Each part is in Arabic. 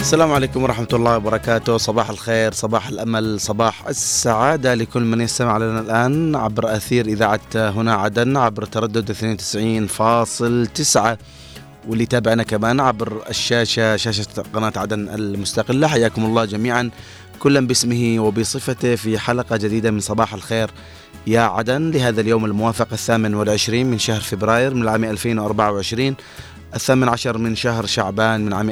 السلام عليكم ورحمة الله وبركاته. صباح الخير، صباح الأمل، صباح السعادة لكل من يستمع لنا الآن عبر أثير إذاعة هنا عدن عبر تردد 92.9، واللي تابعنا كمان عبر الشاشة، شاشة قناة عدن المستقلة. حياكم الله جميعا كلا باسمه وبصفته في حلقة جديدة من صباح الخير يا عدن لهذا اليوم الموافق 28 من شهر فبراير من العام 2024، 18 من شهر شعبان من عام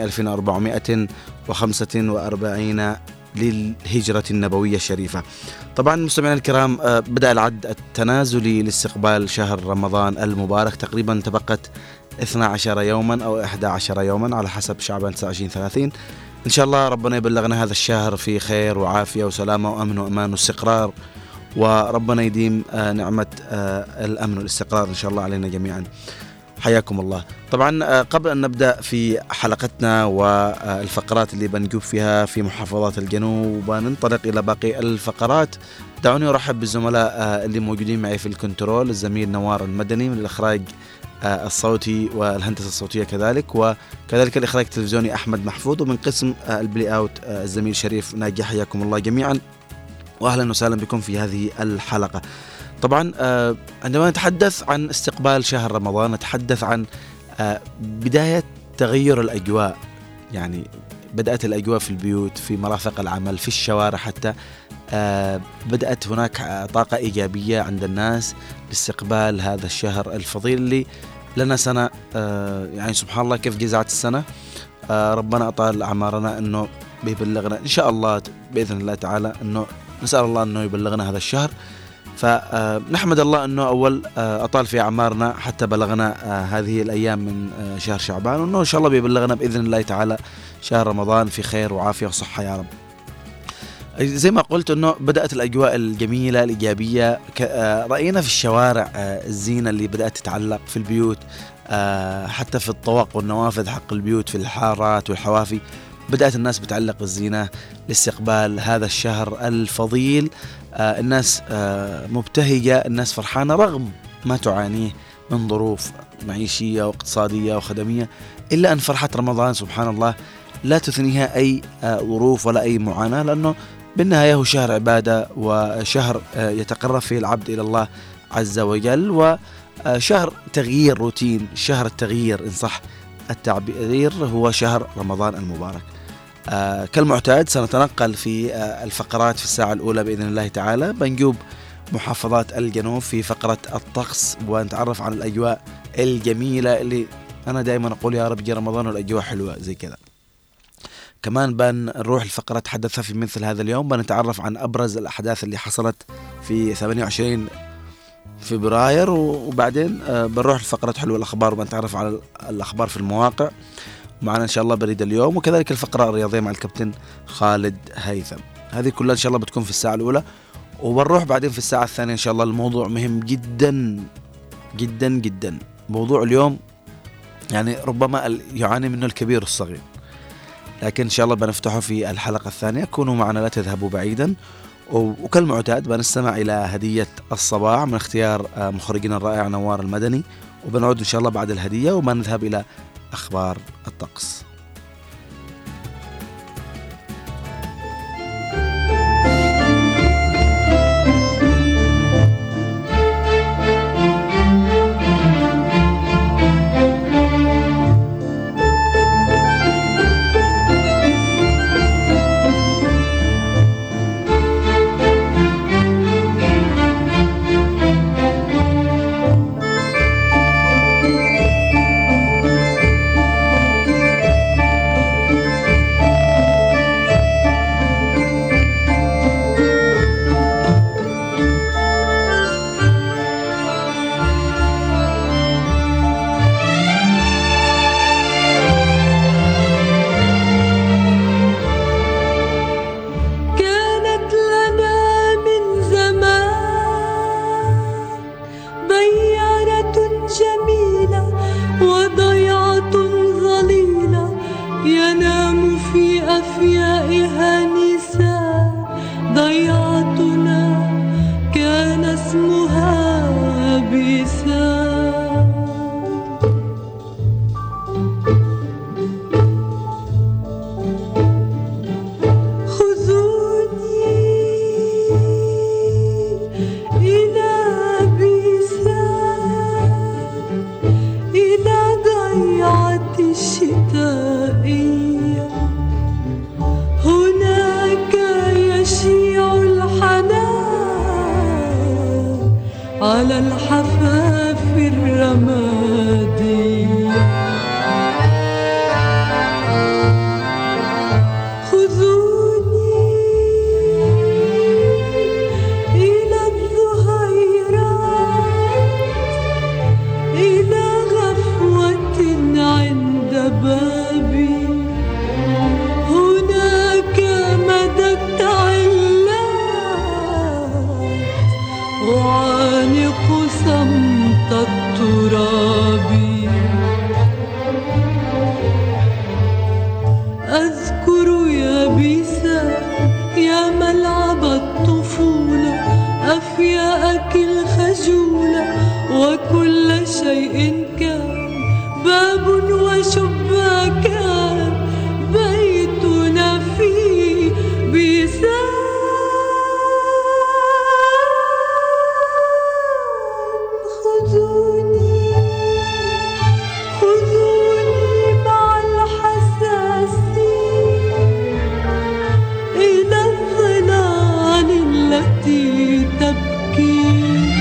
1445 للهجرة النبوية الشريفة. طبعا مستمعينا الكرام، بدأ العد التنازلي لاستقبال شهر رمضان المبارك. تقريبا تبقت 12 يوما أو 11 يوما على حسب شعبان 29-30. إن شاء الله ربنا يبلغنا هذا الشهر في خير وعافية وسلامة وأمن وأمان واستقرار، وربنا يديم نعمة الأمن والاستقرار إن شاء الله علينا جميعا. حياكم الله. طبعا قبل أن نبدأ في حلقتنا والفقرات اللي بنجوب فيها في محافظات الجنوب وننطلق إلى باقي الفقرات، دعوني أرحب بالزملاء اللي موجودين معي في الكنترول. الزميل نوار المدني من الإخراج الصوتي والهندسة الصوتية كذلك، وكذلك الإخراج التلفزيوني أحمد محفوظ، ومن قسم البلاي أوت الزميل شريف ناجي. حياكم الله جميعا وأهلا وسهلا بكم في هذه الحلقة. طبعا عندما نتحدث عن استقبال شهر رمضان نتحدث عن بداية تغير الأجواء. يعني بدأت الأجواء في البيوت، في مرافق العمل، في الشوارع حتى بدأت هناك طاقة إيجابية عند الناس لاستقبال هذا الشهر الفضيل اللي لنا سنة. يعني سبحان الله كيف جزعت السنة. ربنا أطال أعمارنا أنه بيبلغنا إن شاء الله بإذن الله تعالى، أنه نسأل الله أنه يبلغنا هذا الشهر. فنحمد الله أنه أول أطال في أعمارنا حتى بلغنا هذه الأيام من شهر شعبان، وأنه إن شاء الله بيبلغنا بإذن الله تعالى شهر رمضان في خير وعافية وصحة يا رب. زي ما قلت أنه بدأت الأجواء الجميلة الإيجابية. رأينا في الشوارع الزينة اللي بدأت تتعلق في البيوت، حتى في الطوق والنوافذ حق البيوت في الحارات والحوافي بدأت الناس بتعلق الزينة لاستقبال هذا الشهر الفضيل. الناس مبتهجة، الناس فرحانة رغم ما تعانيه من ظروف معيشية واقتصادية وخدمية، إلا أن فرحة رمضان سبحان الله لا تثنيها أي ظروف ولا أي معاناة، لأنه بالنهاية هو شهر عبادة وشهر يتقرب فيه العبد إلى الله عز وجل، وشهر تغيير روتين. شهر التغيير إن صح التعبير هو شهر رمضان المبارك. كالمعتاد سنتنقل في الفقرات في الساعة الأولى بإذن الله تعالى. بنجوب محافظات الجنوب في فقرة الطقس ونتعرف عن الأجواء الجميلة اللي أنا دائما أقول يا رب يجي رمضان والأجواء حلوة زي كذا. كمان بنروح الفقرة حدثها في مثل هذا اليوم، بنتعرف عن أبرز الأحداث اللي حصلت في 28 فبراير، وبعدين بنروح لفقرة حلوة الأخبار وبنتعرف على الأخبار في المواقع معنا إن شاء الله بريد اليوم، وكذلك الفقرة الرياضية مع الكابتن خالد هيثم. هذه كلها إن شاء الله بتكون في الساعة الأولى، وبنروح بعدين في الساعة الثانية إن شاء الله الموضوع مهم جدا جدا جدا. موضوع اليوم يعني ربما يعاني منه الكبير والصغير، لكن إن شاء الله بنفتحه في الحلقة الثانية. كونوا معنا لا تذهبوا بعيدا، وكالمعتاد بنستمع إلى هدية الصباح من اختيار مخرجنا الرائع نوار المدني، وبنعود إن شاء الله بعد الهدية وبنذهب إلى أخبار الطقس. رمادية. خذوني إلى الظهيرات، إلى غفوة عند بابي، هناك مدى التعلات أعانق صمت التراب. أذكر يابسا يا ملعب الطفولة، أفياءك الخجولة، وكل شيء كان باب وشباكان، بيتنا فيه بيسان. خذوني مع الحساسين إلى الظلال التي تبكي،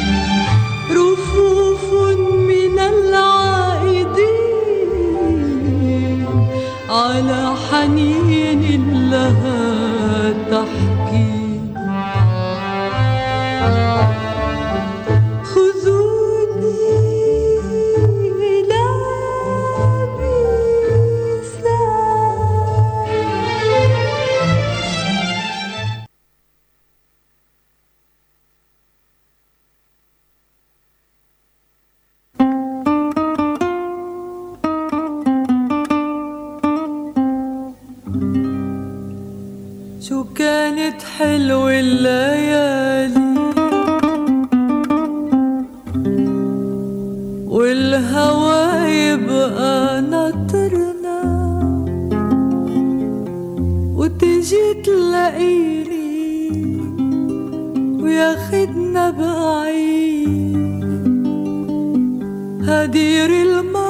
رفوف من العائدين على حنين لها تحكي. خذوني إلى شو كانت حلوة الليالي، والهوى يبقى ناطرنا، وتجي تلاقيني وياخدنا بعيد، هدير المي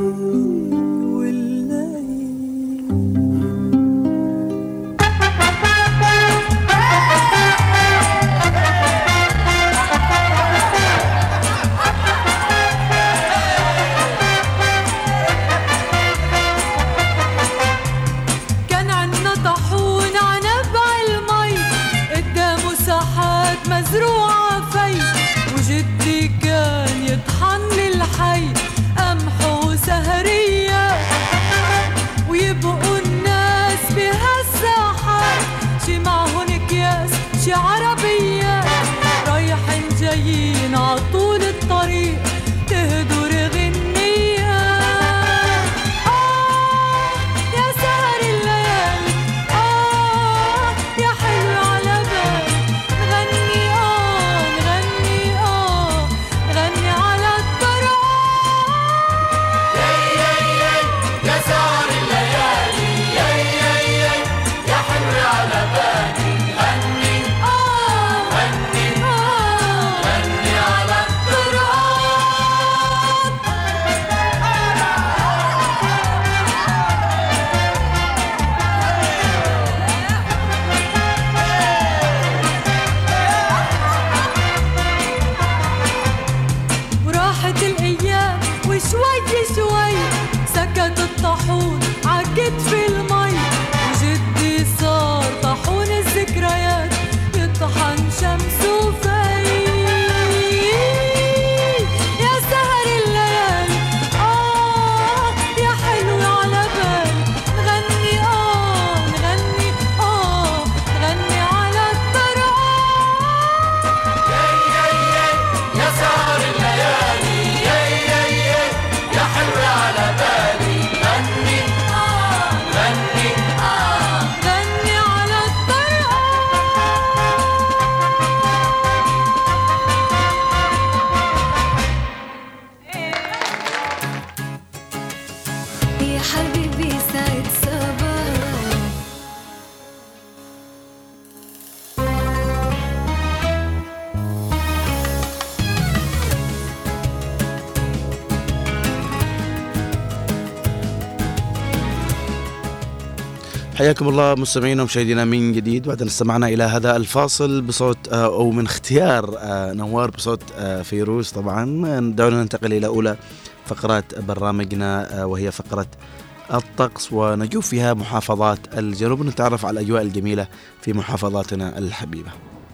مزروعة في، وجدي كان يطحن للحي قمح وسهرية، ويبقوا الناس بهالساحات شي معهن اكياس شي عربية، رايحين جايين عطول الطريق تهدر غنية. يا سهر الليالي، يا حلو على بالي، نغني نغني على الطرق. يا سهر الليالي، يا حلو على بالي، نغني على الطرق. وراحت الأيام وشوي شوي سكت الطاحون عكتف المي، وجدي صار طاحون الذكريات يطحن شمس وفي. يا سهر الليالي، يا حلو على بالي، نغني نغني على الطرق. يا سهر الليالي، يا حلو على بالي، نغني حياكم الله مستمعينا ومشاهدينا من جديد بعد أن استمعنا إلى هذا الفاصل بصوت أو من اختيار نوار بصوت فيروز. طبعا دعونا ننتقل إلى أولى فقرات برنامجنا وهي فقرة الطقس، ونجوب فيها محافظات الجنوب، نتعرف على الأجواء الجميلة في محافظاتنا الحبيبة.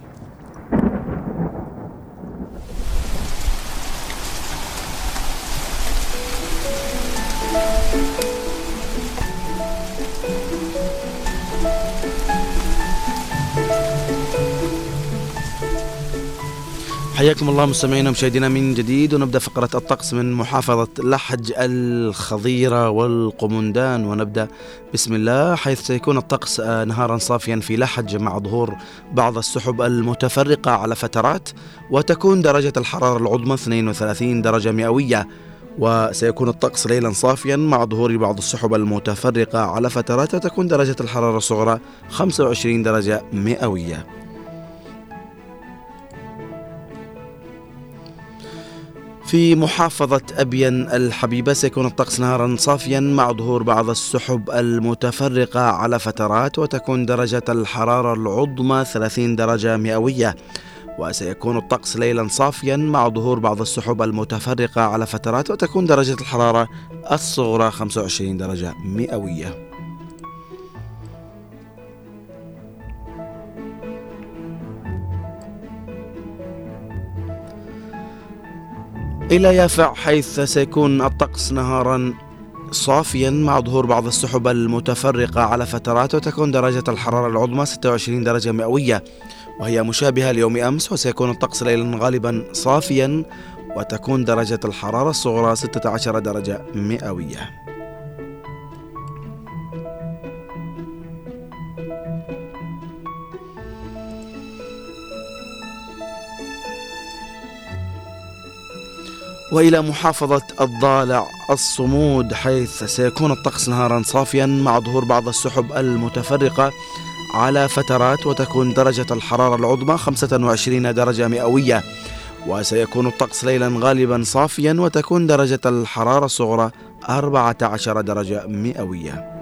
حياكم الله مستمعينا ومشاهدينا من جديد، ونبدأ فقرة الطقس من محافظة لحج الخضيرة والقمندان، ونبدأ بسم الله، حيث سيكون الطقس نهارا صافيا في لحج مع ظهور بعض السحب المتفرقة على فترات، وتكون درجة الحرارة العظمى 32 درجة مئوية. وسيكون الطقس ليلا صافيا مع ظهور بعض السحب المتفرقة على فترات، وتكون درجة الحرارة الصغرى 25 درجة مئوية. في محافظة أبين الحبيبة سيكون الطقس نهارا صافيا مع ظهور بعض السحب المتفرقة على فترات، وتكون درجة الحرارة العظمى 30 درجة مئوية. وسيكون الطقس ليلا صافيا مع ظهور بعض السحب المتفرقة على فترات، وتكون درجة الحرارة الصغرى 25 درجة مئوية. إلى يافع، حيث سيكون الطقس نهارا صافيا مع ظهور بعض السحب المتفرقة على فترات، وتكون درجة الحرارة العظمى 26 درجة مئوية، وهي مشابهة ليوم أمس. وسيكون الطقس ليلا غالبا صافيا، وتكون درجة الحرارة الصغرى 16 درجة مئوية. وإلى محافظة الضالع الصمود، حيث سيكون الطقس نهارا صافيا مع ظهور بعض السحب المتفرقة على فترات، وتكون درجة الحرارة العظمى 25 درجة مئوية. وسيكون الطقس ليلا غالبا صافيا، وتكون درجة الحرارة الصغرى 14 درجة مئوية.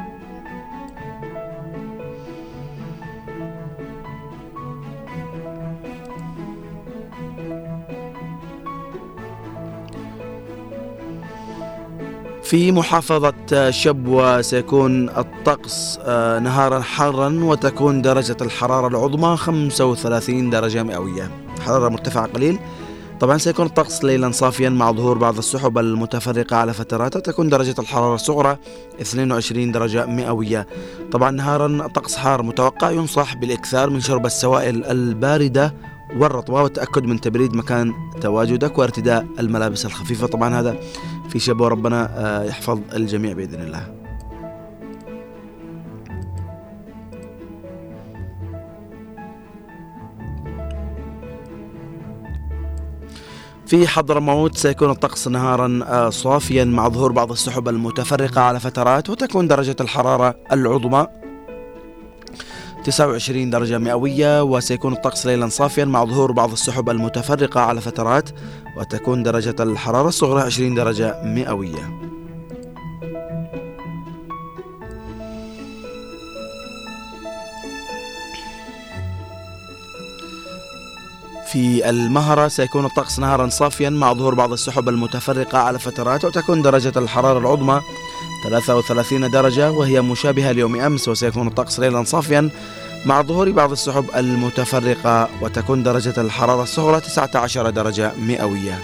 في محافظة شبوة سيكون الطقس نهارا حارا، وتكون درجة الحرارة العظمى 35 درجة مئوية، حرارة مرتفعة قليل. طبعا سيكون الطقس ليلا صافيا مع ظهور بعض السحب المتفرقة على فترات، وتكون درجة الحرارة الصغرى 22 درجة مئوية. طبعا نهارا طقس حار متوقع، ينصح بالإكثار من شرب السوائل الباردة والرطبة، والتأكد من تبريد مكان تواجدك وارتداء الملابس الخفيفة. طبعا هذا في شبوة، ربنا يحفظ الجميع بإذن الله. في حضرموت سيكون الطقس نهارا صافيا مع ظهور بعض السحب المتفرقة على فترات، وتكون درجة الحرارة العظمى 29 درجة مئوية. وسيكون الطقس ليلا صافيا مع ظهور بعض السحب المتفرقة على فترات، وتكون درجة الحرارة الصغرى 20 درجة مئوية. في المهرة سيكون الطقس نهارا صافيا مع ظهور بعض السحب المتفرقة على فترات، وتكون درجة الحرارة العظمى 33 درجة، وهي مشابهة ليوم أمس. وسيكون الطقس ليلا صافيا مع ظهور بعض السحب المتفرقة، وتكون درجة الحرارة الصغرى 19 درجة مئوية.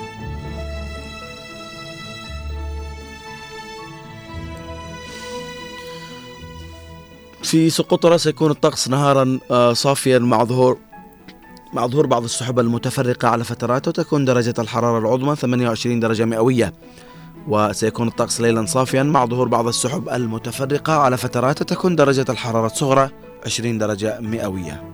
في سقطرى سيكون الطقس نهارا صافيا مع ظهور بعض السحب المتفرقة على فترات، وتكون درجة الحرارة العظمى 28 درجة مئوية. وسيكون الطقس ليلا صافيا مع ظهور بعض السحب المتفرقة على فترات، وتكون درجة الحرارة الصغرى 20 درجة مئوية.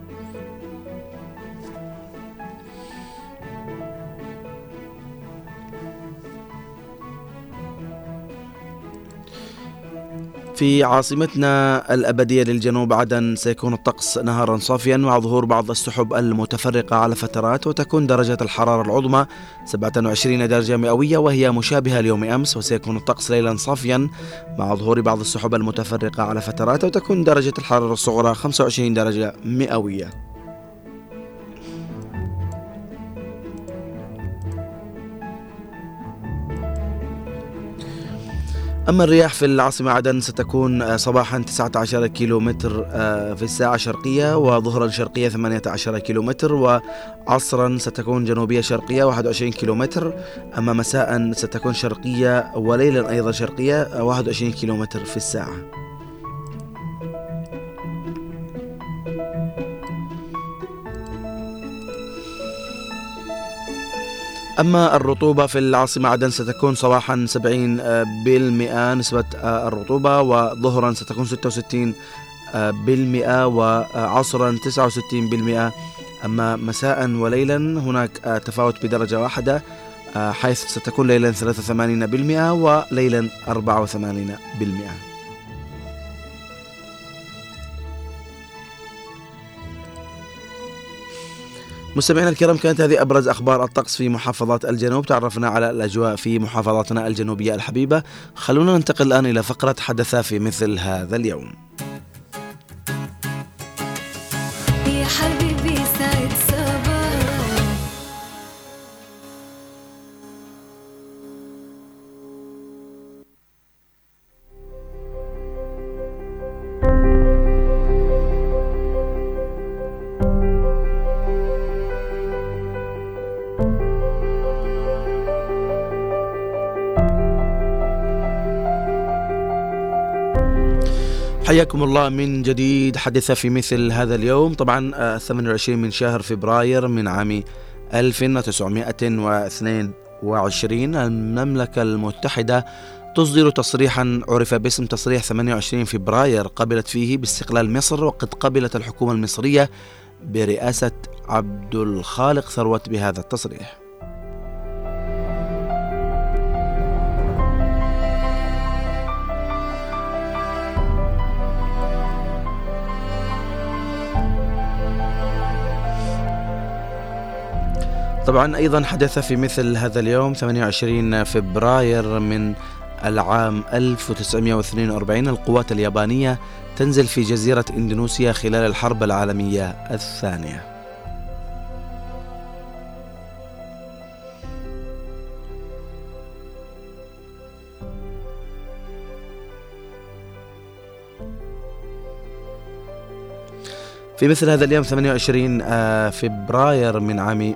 في عاصمتنا الأبدية للجنوب عدن سيكون الطقس نهارا صافيا مع ظهور بعض السحب المتفرقة على فترات، وتكون درجة الحرارة العظمى 27 درجة مئوية وهي مشابهة ليوم أمس. وسيكون الطقس ليلا صافيا مع ظهور بعض السحب المتفرقة على فترات، وتكون درجة الحرارة الصغرى 25 درجة مئوية. أما الرياح في العاصمة عدن ستكون صباحا 19 كيلومتر في الساعة شرقية، وظهرا شرقية 18 كيلومتر، وعصرا ستكون جنوبية شرقية 21 كيلومتر. أما مساء ستكون شرقية وليلا أيضا شرقية 21 كيلومتر في الساعة. أما الرطوبة في العاصمة عدن ستكون صباحا 70% نسبة الرطوبة، وظهرا ستكون 66% وعصرا 69%. أما مساء وليلا هناك تفاوت بدرجة واحدة، حيث ستكون ليلا 83% وليلا 84%. مستمعينا الكرام، كانت هذه أبرز أخبار الطقس في محافظات الجنوب. تعرفنا على الأجواء في محافظاتنا الجنوبية الحبيبة. خلونا ننتقل الآن إلى فقرة حدث في مثل هذا اليوم. يا حبيبي سعد صباح. حياكم الله من جديد. حدث في مثل هذا اليوم. طبعا 28 من شهر فبراير من عام 1922 المملكة المتحدة تصدر تصريحا عرف باسم تصريح 28 فبراير قبلت فيه باستقلال مصر، وقد قبلت الحكومة المصرية برئاسة عبد الخالق ثروت بهذا التصريح. طبعا أيضا حدث في مثل هذا اليوم 28 فبراير من العام 1942 القوات اليابانية تنزل في جزيرة إندونيسيا خلال الحرب العالمية الثانية. في مثل هذا اليوم 28 فبراير من عام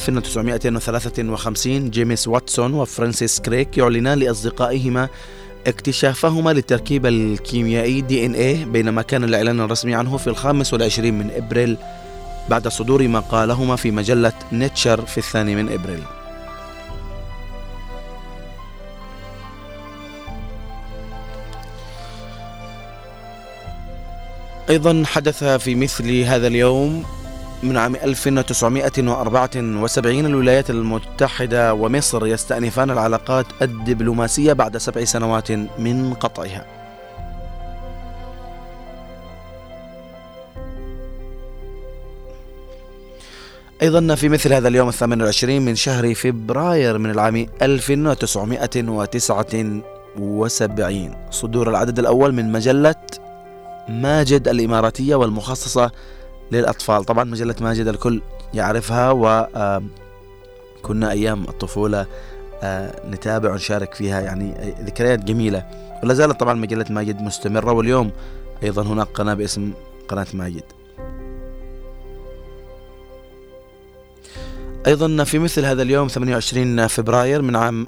1953 جيمس واتسون وفرانسيس كريك يعلنان لأصدقائهما اكتشافهما للتركيب الكيميائي DNA، بينما كان الإعلان الرسمي عنه في 25 من إبريل بعد صدور مقالهما في مجلة نيتشر في 2 من إبريل. أيضا حدث في مثل هذا اليوم من عام 1974 الولايات المتحدة ومصر يستأنفان العلاقات الدبلوماسية بعد 7 سنوات من قطعها. أيضا في مثل هذا اليوم 28 من شهر فبراير من العام 1979 صدور العدد الأول من مجلة ماجد الإماراتية والمخصصة للأطفال. طبعا مجلة ماجد الكل يعرفها، وكنا أيام الطفولة نتابع ونشارك فيها، يعني ذكريات جميلة. ولا زالت طبعا مجلة ماجد مستمرة، واليوم أيضا هناك قناة باسم قناة ماجد. أيضا في مثل هذا اليوم 28 فبراير من عام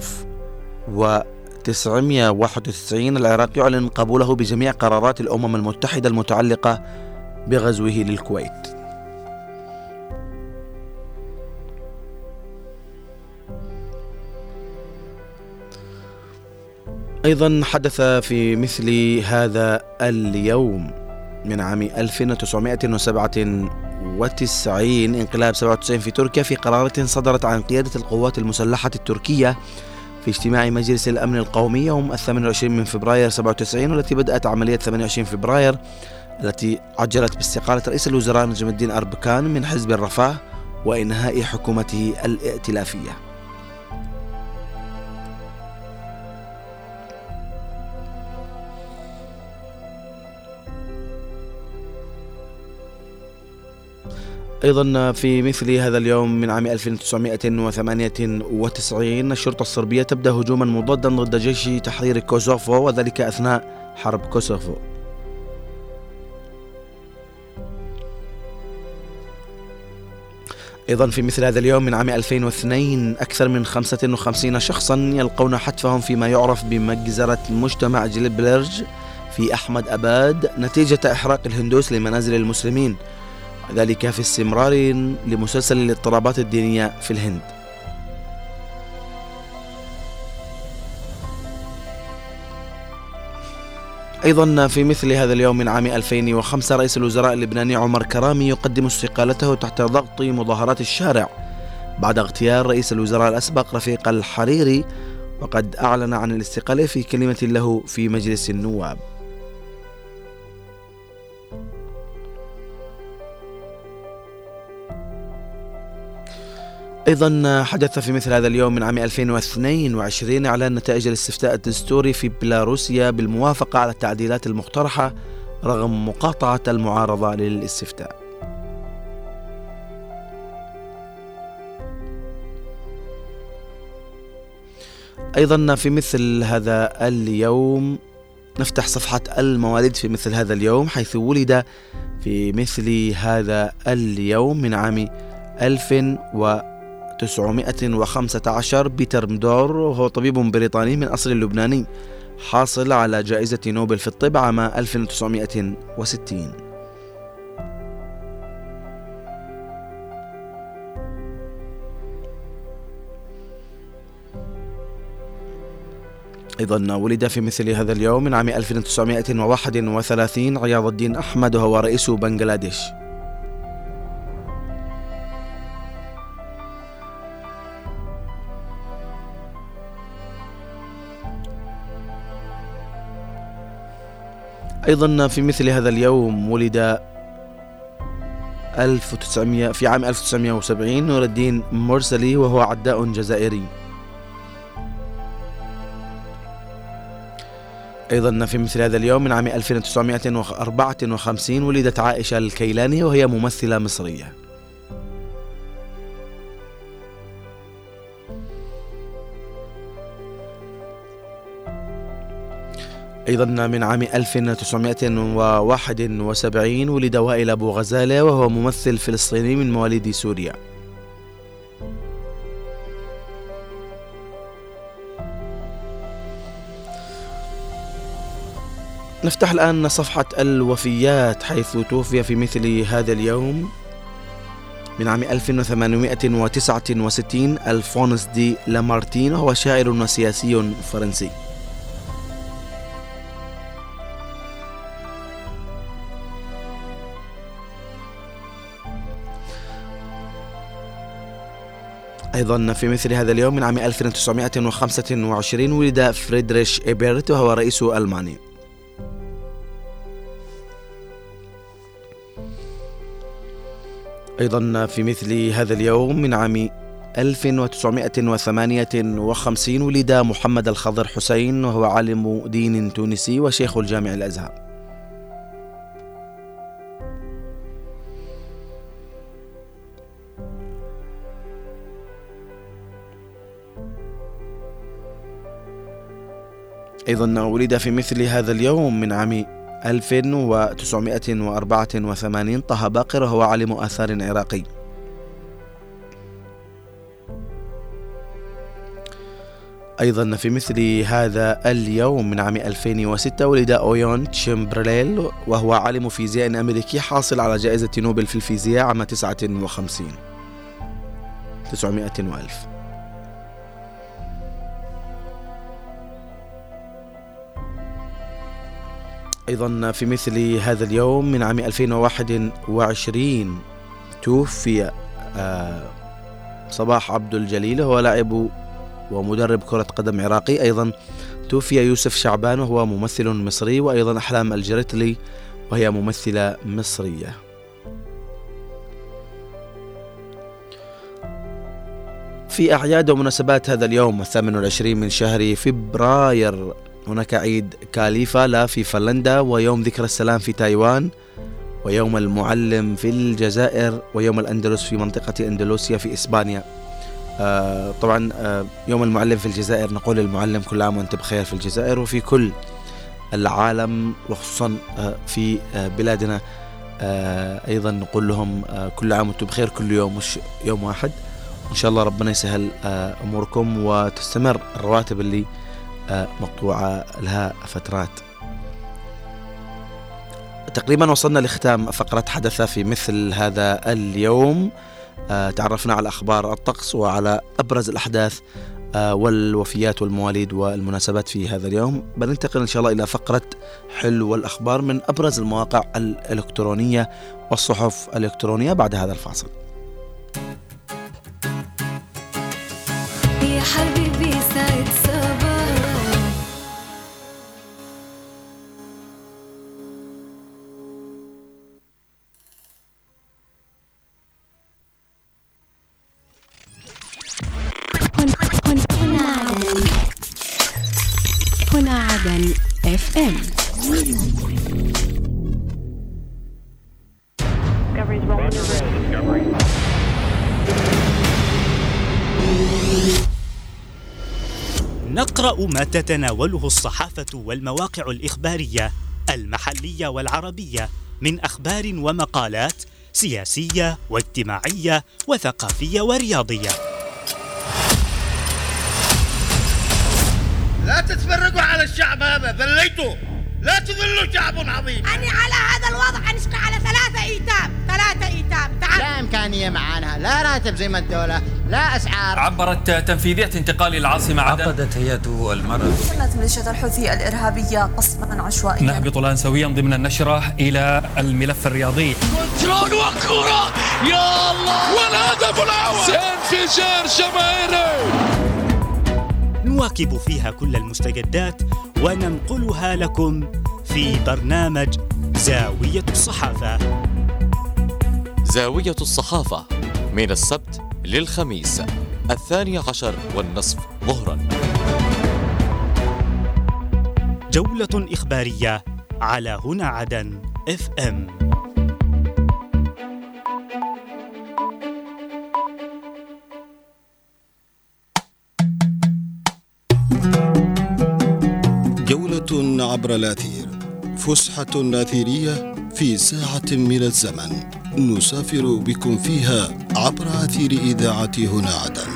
1991 العراق يعلن قبوله بجميع قرارات الأمم المتحدة المتعلقة بغزوه للكويت. أيضا حدث في مثل هذا اليوم من عام 1997 انقلاب 97 في تركيا في قرارات صدرت عن قيادة القوات المسلحة التركية في اجتماع مجلس الأمن القومي يوم 28 من فبراير 97، والتي بدأت عملية 28 فبراير التي عجلت باستقالة رئيس الوزراء نجم الدين أربكان من حزب الرفاه وإنهاء حكومته الائتلافية. أيضا في مثل هذا اليوم من عام 1998 الشرطة الصربية تبدأ هجوما مضادا ضد جيش تحرير كوسوفو، وذلك أثناء حرب كوسوفو. أيضا في مثل هذا اليوم من عام 2002 أكثر من 55 شخصا يلقون حتفهم فيما يعرف بمجزرة مجتمع جلبلرج في أحمد أباد نتيجة إحراق الهندوس لمنازل المسلمين، ذلك في استمرار لمسلسل الاضطرابات الدينية في الهند. أيضا في مثل هذا اليوم من عام 2005 رئيس الوزراء اللبناني عمر كرامي يقدم استقالته تحت ضغط مظاهرات الشارع بعد اغتيال رئيس الوزراء الأسبق رفيق الحريري، وقد أعلن عن الاستقالة في كلمة له في مجلس النواب. أيضا حدث في مثل هذا اليوم من عام 2022 إعلان نتائج الاستفتاء الدستوري في بيلاروسيا بالموافقة على التعديلات المقترحة رغم مقاطعة المعارضة للاستفتاء. أيضا في مثل هذا اليوم نفتح صفحة المواليد في مثل هذا اليوم، حيث ولد في مثل هذا اليوم من عام 1915 بيتر مدور، وهو طبيب بريطاني من أصل لبناني حاصل على جائزة نوبل في الطب عام 1960. أيضا ولد في مثل هذا اليوم من عام 1931 عياض الدين أحمد، وهو رئيس بنغلاديش. أيضا في مثل هذا اليوم ولد في عام 1970 نور الدين مرسلي، وهو عداء جزائري. أيضا في مثل هذا اليوم من عام 1954 ولدت عائشة الكيلاني، وهي ممثلة مصرية. أيضا من عام 1971 ولد وائل أبو غزالة، وهو ممثل فلسطيني من مواليد سوريا. نفتح الآن صفحة الوفيات، حيث توفي في مثل هذا اليوم من عام 1869 ألفونس دي لامارتين، وهو شاعر وسياسي فرنسي. أيضا في مثل هذا اليوم من عام 1925 ولد فريدريش إيبرت، وهو رئيس ألمانيا. أيضا في مثل هذا اليوم من عام 1958 ولد محمد الخضر حسين، وهو عالم دين تونسي وشيخ الجامع الأزهر. أيضا ولد في مثل هذا اليوم من عام 1984 طه باقر، وهو عالم آثار عراقي. أيضا في مثل هذا اليوم من عام 2006 ولد أويون تشمبرليل، وهو عالم فيزياء أمريكي حاصل على جائزة نوبل في الفيزياء عام 59 وألف. أيضا في مثل هذا اليوم من عام 2021 توفي صباح عبد الجليل، هو لاعب ومدرب كرة قدم عراقي. أيضا توفي يوسف شعبان وهو ممثل مصري، وأيضا أحلام الجريتلي وهي ممثلة مصرية. في أعياد ومناسبات هذا اليوم 28 من شهر فبراير هناك عيد كاليفا في فنلندا، ويوم ذكرى السلام في تايوان، ويوم المعلم في الجزائر، ويوم الأندلس في منطقة أندلسيا في إسبانيا. طبعا يوم المعلم في الجزائر نقول للمعلم كل عام وأنت بخير في الجزائر وفي كل العالم، وخصوصا في بلادنا أيضا نقول لهم كل عام وأنتم بخير، كل يوم مش يوم واحد. إن شاء الله ربنا يسهل أموركم وتستمر الرواتب اللي مقطوعة لها فترات. تقريبا وصلنا لختام فقرة حدث في مثل هذا اليوم. تعرفنا على أخبار الطقس وعلى أبرز الأحداث والوفيات والمواليد والمناسبات في هذا اليوم. بننتقل إن شاء الله إلى فقرة حلو والأخبار من أبرز المواقع الإلكترونية والصحف الإلكترونية بعد هذا الفاصل. يا حبيبي سعد صباح. هنا عدن FM. نقرأ ما تتناوله الصحافة والمواقع الإخبارية المحلية والعربية من أخبار ومقالات سياسية واجتماعية وثقافية ورياضية. لا تتفرقوا على الشعب هذا، ذليتوا، لا تذلوا شعب عظيم. أنا على هذا الوضع أنشقى على 3 أيتام. تعال. لا إمكانية معانا، لا راتب زي ما الدولة، لا أسعار. عبرت تنفيذية انتقال العاصمة عدن. عقدت هيئة المرأة. قامت ميليشيا الحوثي الإرهابية قصفا عشوائيا. نهبط الآن سويا ضمن النشرة إلى الملف الرياضي. كنترول وكرة، يا الله، والهدف الأول، انفجار جماهيري. نواكب فيها كل المستجدات وننقلها لكم في برنامج زاوية الصحافة. زاوية الصحافة من السبت للخميس 12:30 ظهرا. جولة إخبارية على هنا عدن FM. جولة عبر الأثير، فسحة أثيرية في ساعة من الزمن نسافر بكم فيها عبر أثير إذاعة هنا عدن.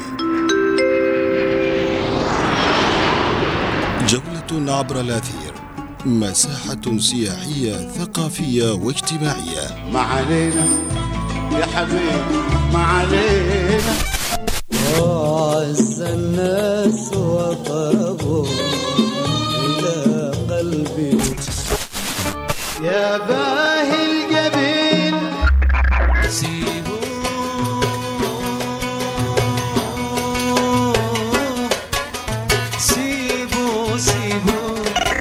جولة عبر الأثير، مساحة سياحية ثقافية واجتماعية. ما علينا يا حبيبي، ما علينا. وعز الناس وقربوا إلى قلبي يا باهي الجبين. سيبوا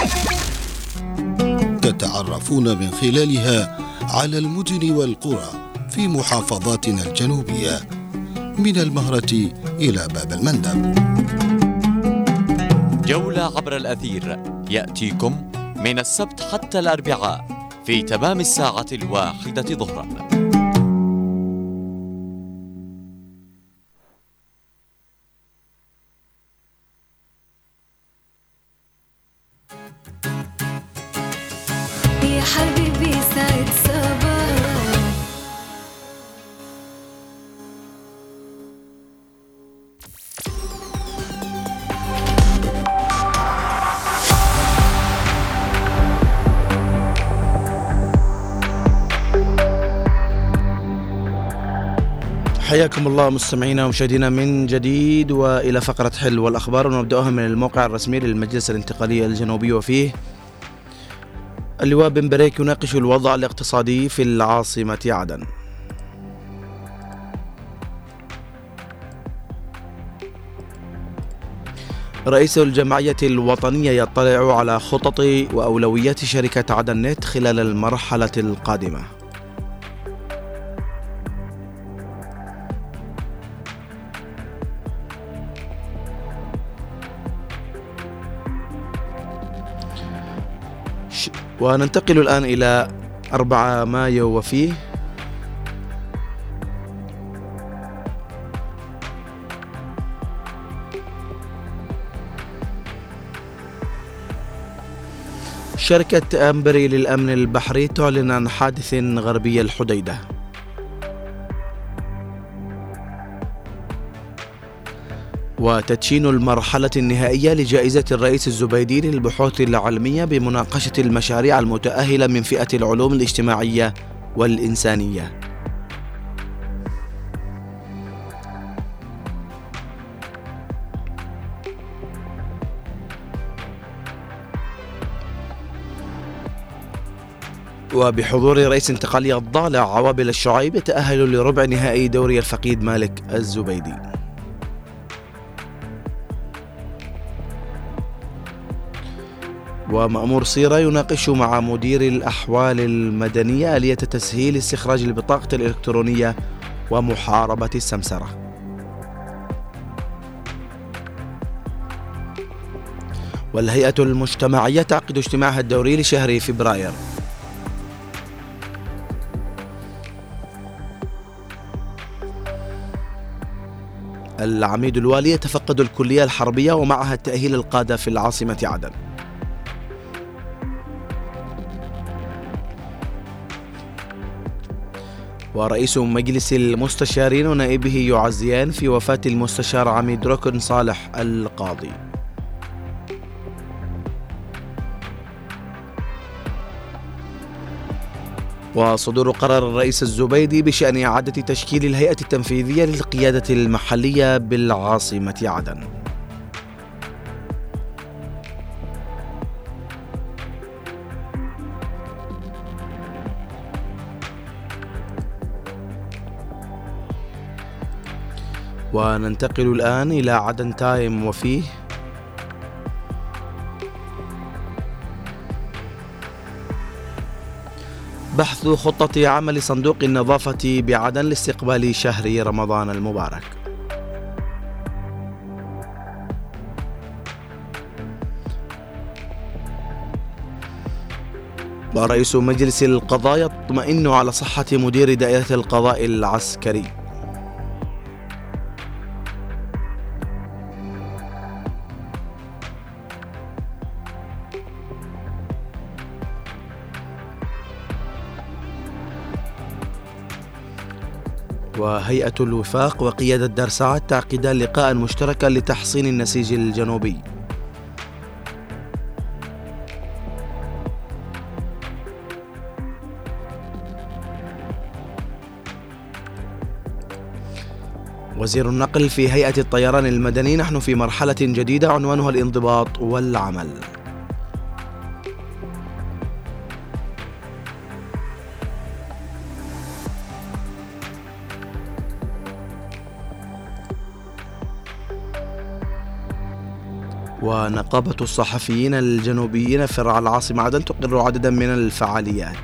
تتعرفون من خلالها على المدن والقرى في محافظاتنا الجنوبية من المهرة إلى باب المندب. جولة عبر الأثير يأتيكم من السبت حتى الأربعاء في تمام 1:00 ظهرا. يا حبيبي سعد صباح. حياكم الله مستمعينا ومشاهدينا من جديد وإلى فقرة حل والأخبار، ونبدأها من الموقع الرسمي للمجلس الانتقالي الجنوبي. وفيه اللواء بن بريك يناقش الوضع الاقتصادي في العاصمة عدن. رئيس الجمعية الوطنية يطلع على خطط وأولويات شركة عدن نت خلال المرحلة القادمة. وننتقل الآن إلى 4 مايو وفيه شركة أمبري للأمن البحري تعلن عن حادث غربي الحديدة. وتدشين المرحلة النهائية لجائزة الرئيس الزبيدي للبحوث العلمية بمناقشة المشاريع المتأهلة من فئة العلوم الاجتماعية والإنسانية. وبحضور رئيس انتقالية الضالع عوابل الشعيب يتأهل لربع نهائي دوري الفقيد مالك الزبيدي. ومأمور صيرة يناقش مع مدير الأحوال المدنية آلية تسهيل استخراج البطاقة الإلكترونية ومحاربة السمسرة. والهيئة المجتمعية تعقد اجتماعها الدوري لشهر فبراير. العميد الوالي يتفقد الكلية الحربية ومعها تأهيل القادة في العاصمة عدن. ورئيس مجلس المستشارين ونائبه يعزيان في وفاة المستشار عميد ركن صالح القاضي. وصدور قرار الرئيس الزبيدي بشأن إعادة تشكيل الهيئة التنفيذية للقيادة المحلية بالعاصمة عدن. وننتقل الآن إلى عدن تايم وفيه بحث خطة عمل صندوق النظافة بعدن لاستقبال شهر رمضان المبارك. ورئيس مجلس القضاء يطمئن على صحة مدير دائرة القضاء العسكري. وهيئة الوفاق وقيادة دار سعد تعقدان لقاء مشتركا لتحصين النسيج الجنوبي. وزير النقل في هيئة الطيران المدني: نحن في مرحلة جديدة عنوانها الانضباط والعمل. ونقابة الصحفيين الجنوبيين فرع العاصمة عدن تقر عددا من الفعاليات.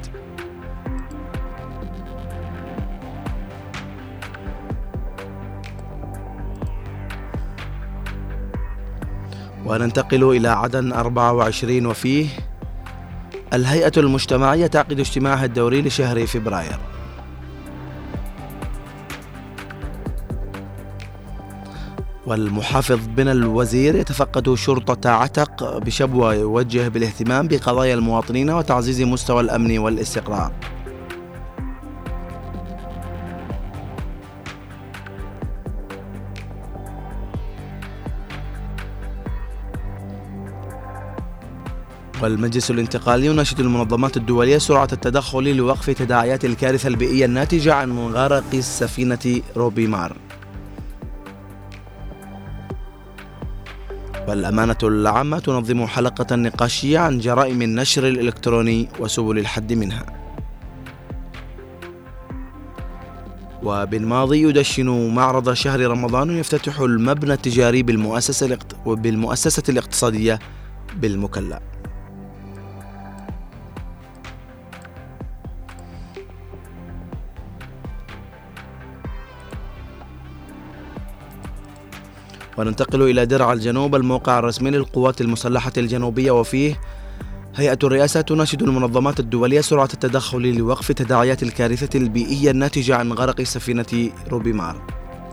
وننتقل إلى عدن 24 وفيه الهيئة المجتمعية تعقد اجتماعها الدوري لشهر فبراير. والمحافظ بن الوزير يتفقد شرطة عتق بشبوة يوجه بالاهتمام بقضايا المواطنين وتعزيز مستوى الأمن والاستقرار. والمجلس الانتقالي يناشد المنظمات الدولية سرعة التدخل لوقف تداعيات الكارثة البيئية الناتجة عن غرق السفينة روبي مار. والأمانة العامة تنظم حلقة نقاشية عن جرائم النشر الإلكتروني وسبل الحد منها. وبالماضي يدشن معرض شهر رمضان يفتتح المبنى التجاري بالمؤسسة الاقتصادية بالمكلا. وننتقل إلى درعا الجنوب، الموقع الرسمي للقوات المسلحة الجنوبية، وفيه هيئة الرئاسة تناشد المنظمات الدولية سرعة التدخل لوقف تداعيات الكارثة البيئية الناتجة عن غرق سفينة روبي مار.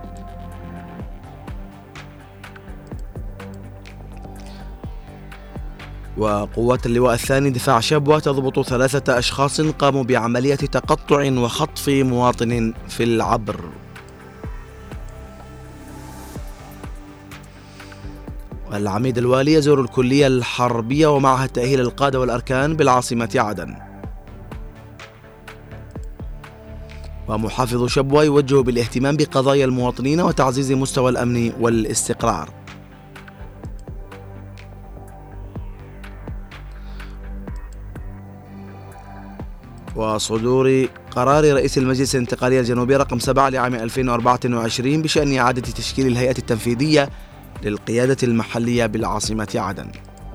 وقوات اللواء الثاني دفاع شبوة تضبط 3 أشخاص قاموا بعملية تقطع وخطف مواطن في العبر. العميد الوالي يزور الكلية الحربية ومعها تأهيل القادة والأركان بالعاصمة عدن. ومحافظ شبوة يوجه بالاهتمام بقضايا المواطنين وتعزيز مستوى الأمن والاستقرار. وصدور قرار رئيس المجلس الانتقالي الجنوبي رقم 7 لعام 2024 بشأن إعادة تشكيل الهيئة التنفيذية للقيادة المحلية بالعاصمة عدن.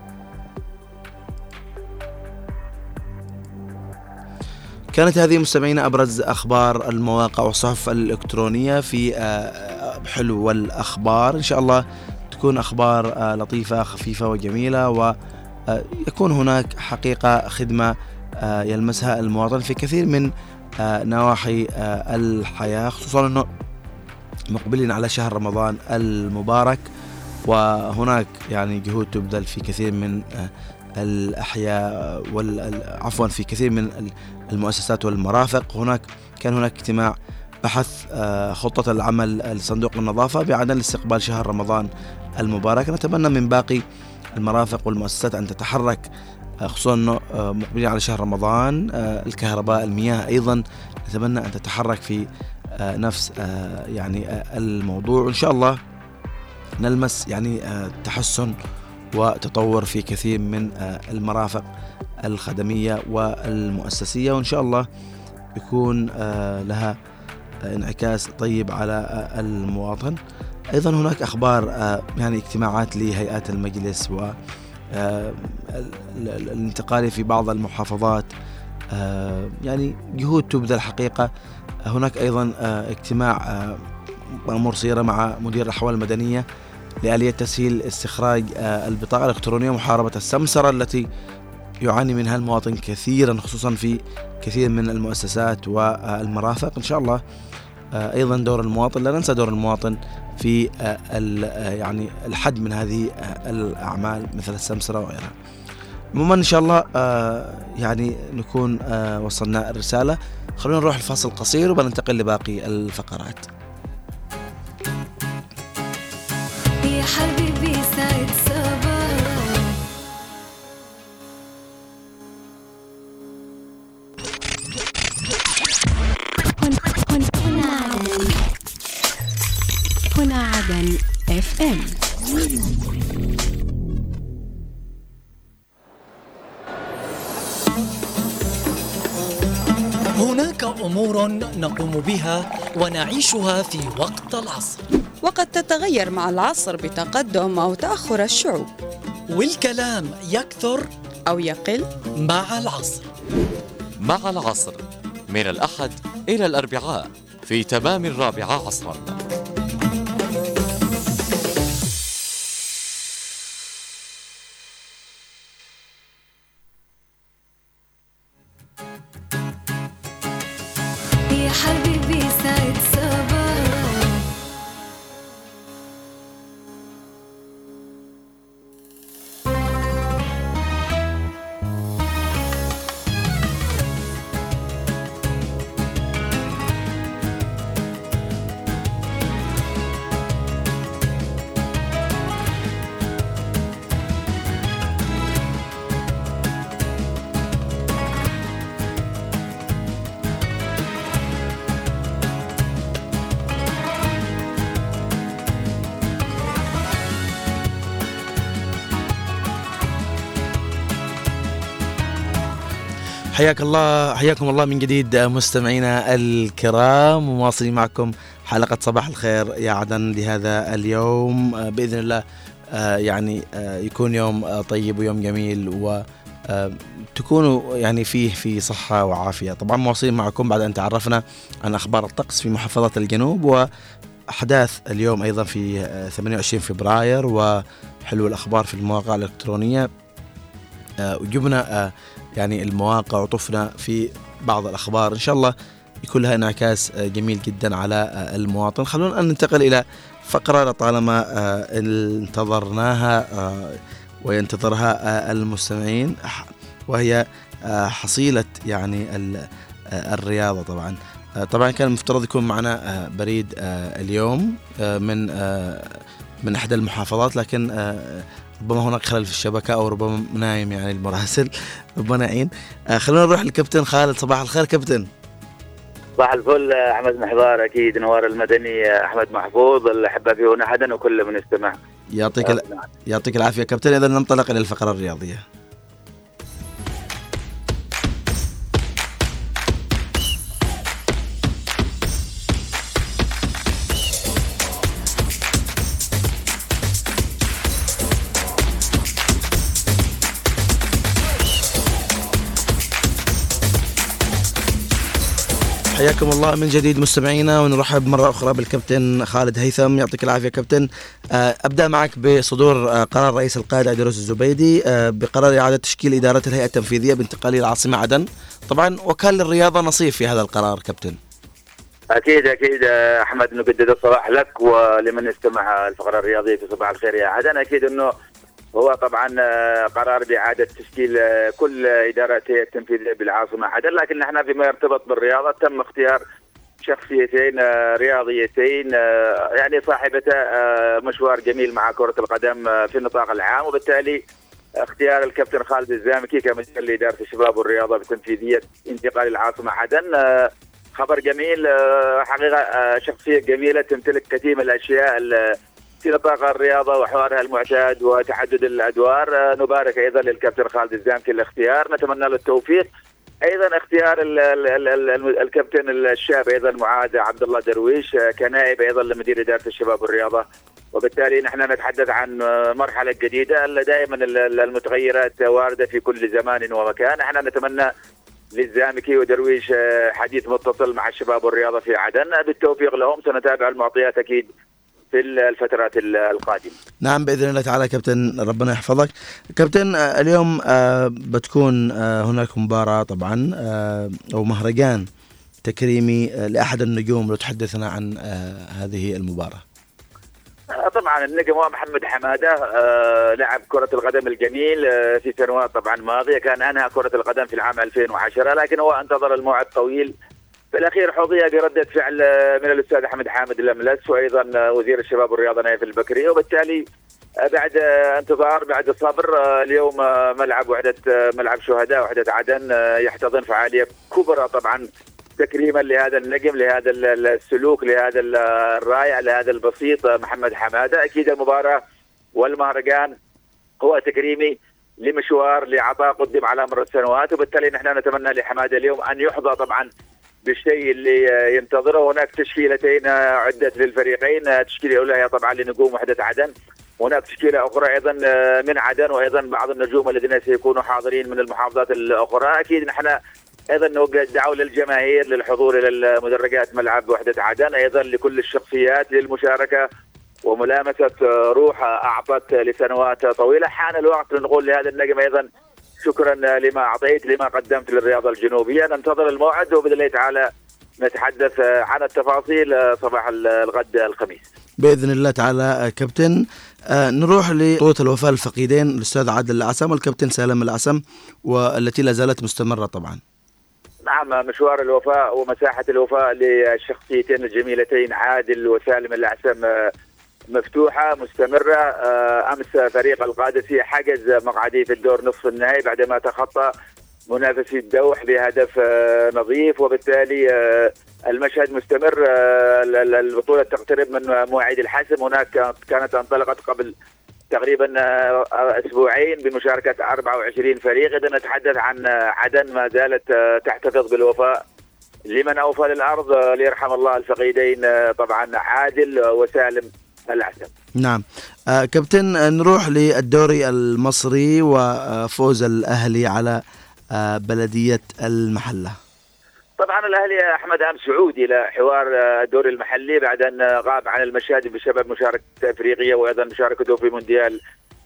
كانت هذه مستمعين أبرز أخبار المواقع والصحف الإلكترونية في حلو والأخبار. إن شاء الله تكون أخبار لطيفة خفيفة وجميلة، ويكون هناك حقيقة خدمة يلمسها المواطن في كثير من نواحي الحياة، خصوصا أنه مقبلين على شهر رمضان المبارك، وهناك يعني جهود تبذل في كثير من الأحياء في كثير من المؤسسات والمرافق. كان هناك اجتماع بحث خطة العمل لصندوق النظافة بعدن لاستقبال شهر رمضان المبارك. نتمنى من باقي المرافق والمؤسسات أن تتحرك، خصوصا أنه مقبلين على شهر رمضان. الكهرباء، المياه أيضا نتمنى أن تتحرك في نفس يعني الموضوع، وإن شاء الله نلمس يعني تحسن وتطور في كثير من المرافق الخدمية والمؤسسية، وإن شاء الله يكون لها انعكاس طيب على المواطن. أيضا هناك أخبار يعني اجتماعات لهيئات المجلس والانتقال في بعض المحافظات، يعني جهود تبذل حقيقة. هناك أيضا اجتماع مأمور صيرة مع مدير الأحوال المدنية لآلية تسهيل استخراج البطاقة الإلكترونية ومحاربة السمسرة التي يعاني منها المواطن كثيرا، خصوصا في كثير من المؤسسات والمرافق. إن شاء الله أيضا دور المواطن، لا ننسى دور المواطن في يعني الحد من هذه الأعمال مثل السمسرة وغيرها. عموما إن شاء الله يعني نكون وصلنا الرسالة. خلونا نروح الفاصل قصير وبننتقل لباقي الفقرات. يا حبيبي سعد صباح. هنا عدن FM. هناك أمور نقوم بها ونعيشها في وقت العصر، وقد تتغير مع العصر بتقدم أو تأخر الشعوب، والكلام يكثر أو يقل مع العصر. مع العصر من الأحد إلى الأربعاء في تمام 4 عصرا. يا حبيبي سعد صباح. حياكم الله من جديد مستمعينا الكرام، ومواصلين معكم حلقة صباح الخير يا عدن لهذا اليوم. بإذن الله يعني يكون يوم طيب ويوم جميل، وتكونوا يعني فيه في صحة وعافية. طبعا مواصلين معكم بعد أن تعرفنا عن أخبار الطقس في محافظة الجنوب وأحداث اليوم أيضا في 28 فبراير وحلو الأخبار في المواقع الإلكترونية، وجبنا يعني المواقع وطفنا في بعض الأخبار إن شاء الله يكون لها انعكاس جميل جدا على المواطن. خلونا أن ننتقل إلى فقرة طالما انتظرناها وينتظرها المستمعين، وهي حصيلة يعني الرياضة. طبعا كان المفترض يكون معنا بريد اليوم من أحد المحافظات، لكن ربما هناك خلل في الشبكة أو ربما نايم يعني المراسل، ربنا يعين. خلونا نروح للكابتن خالد. صباح الخير كابتن. صباح الفل أحمد محضار، أكيد نوار المدني أحمد محفوظ، الأحبة في هنا عدن وكل من استمع. يعطيك العافية كابتن. إذا ننطلق إلى الفقرة الرياضية. حياكم الله من جديد مستمعينا، ونرحب مرة أخرى بالكابتن خالد هيثم. يعطيك العافية كابتن. أبدأ معك بصدور قرار رئيس القائد عيدروس الزبيدي بقرار إعادة تشكيل إدارة الهيئة التنفيذية بانتقال العاصمة عدن. طبعا وكان للرياضة نصيب في هذا القرار كابتن. أكيد أحمد، نجدد الصباح لك ولمن استمع الفقرة الرياضية في صباح الخير يا عدن. أكيد أنه هو طبعا قرار بإعادة تشكيل كل إدارات الهيئة التنفيذية بالعاصمة عدن، لكن نحن فيما يرتبط بالرياضة تم اختيار شخصيتين رياضيتين يعني صاحبتا مشوار جميل مع كرة القدم في النطاق العام، وبالتالي اختيار الكابتن خالد الزامكي كمسؤول لإدارة الشباب والرياضة بتنفيذية انتقال العاصمة عدن خبر جميل حقيقة. شخصية جميلة تمتلك كثير من الأشياء في نطاق الرياضة وحوارها المعتاد وتعدد الأدوار. نبارك أيضا للكابتن خالد الزامكي الاختيار، نتمنى له التوفيق. أيضا اختيار الكابتن الشاب أيضا معاذ عبد الله درويش كنائب أيضا لمدير إدارة الشباب والرياضة، وبالتالي نحن نتحدث عن مرحلة جديدة. دائما المتغيرات واردة في كل زمان ومكان. نحن نتمنى للزامكي ودرويش حديث متصل مع الشباب والرياضة في عدن، بالتوفيق لهم. سنتابع المعطيات أكيد في الفترات القادمة. نعم بإذن الله تعالى كابتن، ربنا يحفظك كابتن. اليوم بتكون هناك مباراة طبعا أو مهرجان تكريمي لأحد النجوم، لو تحدثنا عن هذه المباراة. طبعا النجم هو محمد حمادة، لعب كرة القدم الجميل في سنوات طبعا ماضية، كان أنهى كرة القدم في العام 2010، لكن هو انتظر الموعد طويل. في الأخير حظي بردة فعل من الأستاذ أحمد حامد الأملس وأيضا وزير الشباب والرياضة نايف البكري، وبالتالي بعد انتظار بعد صبر اليوم ملعب شهداء وحدة عدن يحتضن فعالية كبرى طبعا تكريما لهذا النجم، لهذا السلوك، لهذا الرائع، لهذا البسيط محمد حمادة. أكيد المباراة والمهرجان هو تكريمي لمشوار لعطاء قدم على مر السنوات، وبالتالي نحن نتمنى لحمادة اليوم أن يحظى طبعا بالشيء اللي ينتظره. هناك تشكيلتين عدت للفريقين، تشكيلة أولى هي طبعا لنجوم وحدة عدن، هناك تشكيلة أخرى أيضا من عدن وأيضا بعض النجوم الذين سيكونوا حاضرين من المحافظات الأخرى. أكيد نحن أيضا نوجه الدعوة للجماهير للحضور إلى المدرجات ملعب وحدة عدن، أيضا لكل الشخصيات للمشاركة وملامسة روح أعطت لسنوات طويلة. حان الوقت نقول لهذا النجم أيضا شكرا لما أعطيت، لما قدمت للرياضة الجنوبية. ننتظر الموعد وبإذن الله تعالى نتحدث عن التفاصيل صباح الغد الخميس بإذن الله تعالى كابتن. نروح لبطولة الوفاء الفقيدين، الأستاذ عادل العسم والكابتن سالم العسم، والتي لا زالت مستمرة طبعا. نعم، مشوار الوفاء ومساحة الوفاء للشخصيتين الجميلتين عادل وسالم العسم مفتوحة مستمرة. أمس فريق القادسية حجز مقعدي في الدور نصف النهائي بعدما تخطى منافسي الدوح بهدف نظيف، وبالتالي المشهد مستمر. البطولة تقترب من مواعيد الحسم. هناك كانت انطلقت قبل تقريبا أسبوعين بمشاركة 24 فريق. إذا نتحدث عن عدن ما زالت تحتفظ بالوفاء لمن أوفى للأرض، ليرحم الله الفقيدين طبعا عادل وسالم العسل. نعم. كابتن، نروح للدوري المصري وفوز الأهلي على بلدية المحلة. طبعا الأهلي أحمد أمس عود إلى حوار الدوري المحلي بعد أن غاب عن المشاهد بسبب مشاركة أفريقيا وأيضا مشاركته في مونديال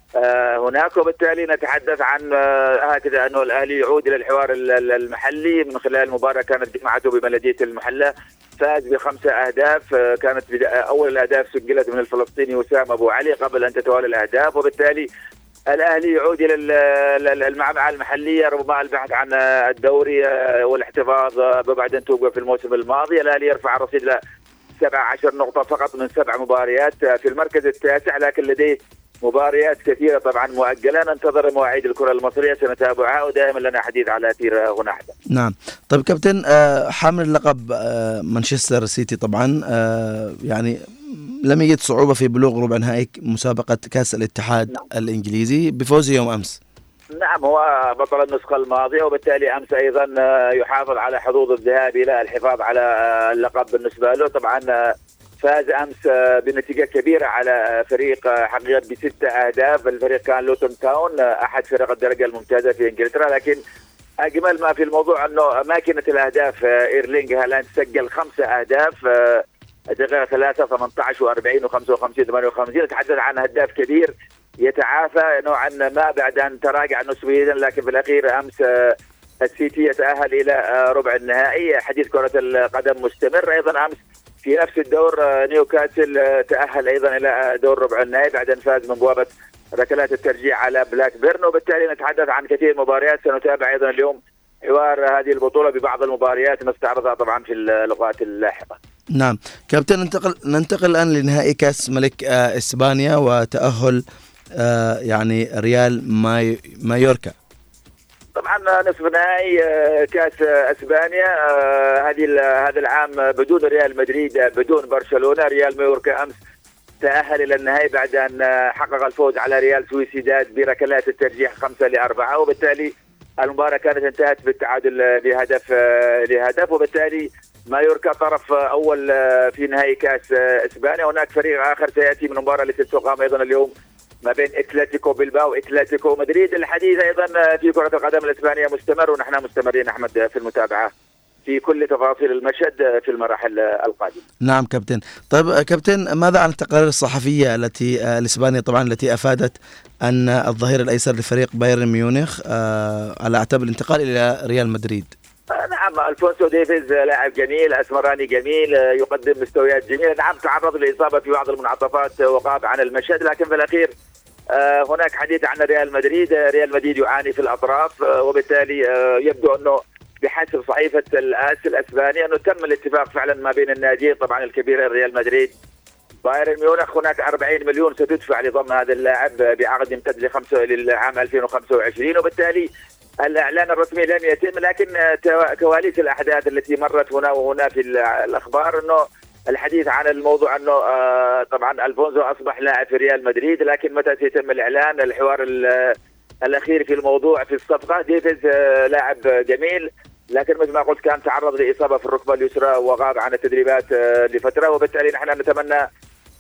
هناك، وبالتالي نتحدث عن هكذا أنه الأهلي يعود إلى الحوار المحلي من خلال مباراة كانت جمعته ببلدية المحلة. فاز ب5 أهداف، كانت أول الأهداف سجلت من الفلسطيني وسام أبو علي قبل أن تتوالى الأهداف، وبالتالي الأهلي يعود إلى المعمعة المحلية ربما البحث عن الدوري والاحتفاظ ببعد أن توقف في الموسم الماضي. الأهلي يرفع الرصيد ل 17 نقطة فقط من 7 مباريات في المركز التاسع، لكن لديه مباريات كثيرة طبعا مؤجلة. ننتظر مواعيد الكرة المصرية سنتابعها، ودائما لنا حديث على أثير هنا. نعم. طيب كابتن، حامل لقب مانشستر سيتي طبعا يعني لم يجد صعوبة في بلوغ ربع نهائي مسابقة كأس الاتحاد الإنجليزي بفوزه يوم أمس. نعم، هو بطل النسخة الماضية، وبالتالي أمس أيضا يحافظ على حظوظ الذهاب إلى الحفاظ على اللقب بالنسبة له. طبعا فاز أمس بنتيجة كبيرة على فريق حقيقة ب6 أهداف. الفريق كان لوتون تاون، أحد فرق الدرجة الممتازة في إنجلترا، لكن أجمل ما في الموضوع أنه ماكينة الأهداف إيرلينغ هالاند سجل 5 أهداف دقيقة 3 18 و40 و55 58. نتحدث عن هداف كبير يتعافى نوعا ما بعد أن تراجع نسبيا، لكن في الأخير أمس السيتي يتأهل إلى ربع النهائي. حديث كرة القدم مستمر. أيضا أمس في نفس الدور نيوكاسل تأهل أيضا إلى دور ربع النهائي بعد أن فاز من بوابة ركلات الترجيح على بلاك بيرن، وبالتالي نتحدث عن كثير من المباريات. سنتابع أيضا اليوم حوار هذه البطولة ببعض المباريات نستعرضها طبعا في اللقاءات اللاحقة. نعم كابتن، ننتقل الآن لنهائي كأس ملك إسبانيا وتأهل يعني ريال مايوركا. طبعا نصف نهائي كأس اسبانيا هذا العام بدون ريال مدريد بدون برشلونة. ريال مايوركا امس تأهل الى النهائي بعد ان حقق الفوز على ريال سويسيداد بركلات الترجيح 5-4، وبالتالي المباراة كانت انتهت بالتعادل بهدف وبالتالي مايوركا طرف اول في نهائي كأس اسبانيا. هناك فريق اخر سياتي من المباراة التي تقام ايضا اليوم ما بين اتلتيكو بلباو واتلتيكو مدريد. الحديث ايضا في كرة القدم الاسبانية مستمر، ونحن مستمرين احمد في المتابعة في كل تفاصيل المشهد في المراحل القادمة. نعم كابتن. طيب كابتن، ماذا عن التقارير الصحفية التي الاسبانية طبعا التي افادت ان الظهير الايسر لفريق بايرن ميونخ على اعتاب الانتقال الى ريال مدريد؟ نعم، الفونسو ديفيز لاعب جميل اسمراني جميل يقدم مستويات جميلة. نعم تعرض للإصابة في بعض المنعطفات وغاب عن المشهد، لكن في الأخير هناك حديث عن ريال مدريد. ريال مدريد يعاني في الأطراف، وبالتالي يبدو أنه بحسب صحيفة الآس الأسبانية أنه تم الاتفاق فعلا ما بين الناديين طبعا الكبير ريال مدريد بايرن ميونخ. هناك 40 مليون ستدفع لضم هذا اللاعب بعقد يمتد للعام 2025، وبالتالي الإعلان الرسمي لم يتم، لكن كواليس الأحداث التي مرت هنا وهنا في الأخبار أنه الحديث عن الموضوع أنه طبعا الفونسو أصبح لاعب في ريال مدريد، لكن متى سيتم الإعلان؟ الحوار الأخير في الموضوع في الصفقة. ديفيز لاعب جميل، لكن مثل ما قلت كان تعرض لإصابة في الركبة اليسرى وغاب عن التدريبات لفترة، وبالتالي نحن نتمنى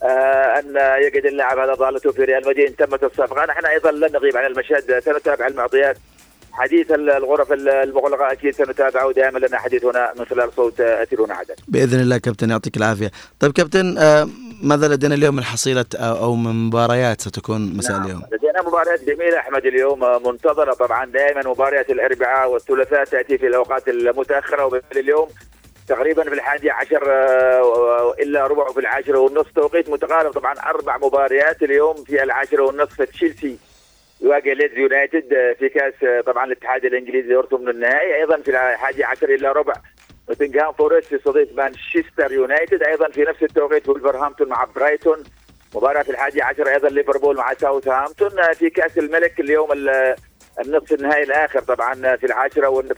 أن يجد اللاعب هذا ضالته في ريال مدريد. تمت الصفقة. نحن أيضا لن نغيب عن المشهد، سنتابع المعطيات. حديث الغرف المغلقة أكيد سنتابعه، دائما لنا حديث هنا من خلال صوت أثير عدن بإذن الله. كابتن يعطيك العافية. طيب كابتن، ماذا لدينا اليوم من حصيلة أو من مباريات ستكون مساء اليوم؟ لدينا مباريات جميلة أحمد اليوم منتظرة. طبعا دائما مباريات الأربعاء والثلاثاء تأتي في الأوقات المتأخرة، وبالتالي اليوم تقريبا في 11 إلا ربع في 10:30 توقيت متقارب. طبعا 4 مباريات اليوم في 10:30. تشيلسي يواجه ليدز يونايتد في كاس طبعا الاتحاد الانجليزي يرسم من النهائي. ايضا في 11 إلا ربع نوتنغهام فورست يستضيف مانشستر يونايتد. ايضا في نفس التوقيت ولفرهامبتون مع برايتون. مباراة في 11 ايضا ليفربول مع ساوثهامبتون. في كاس الملك اليوم النصف النهائي الاخر طبعا في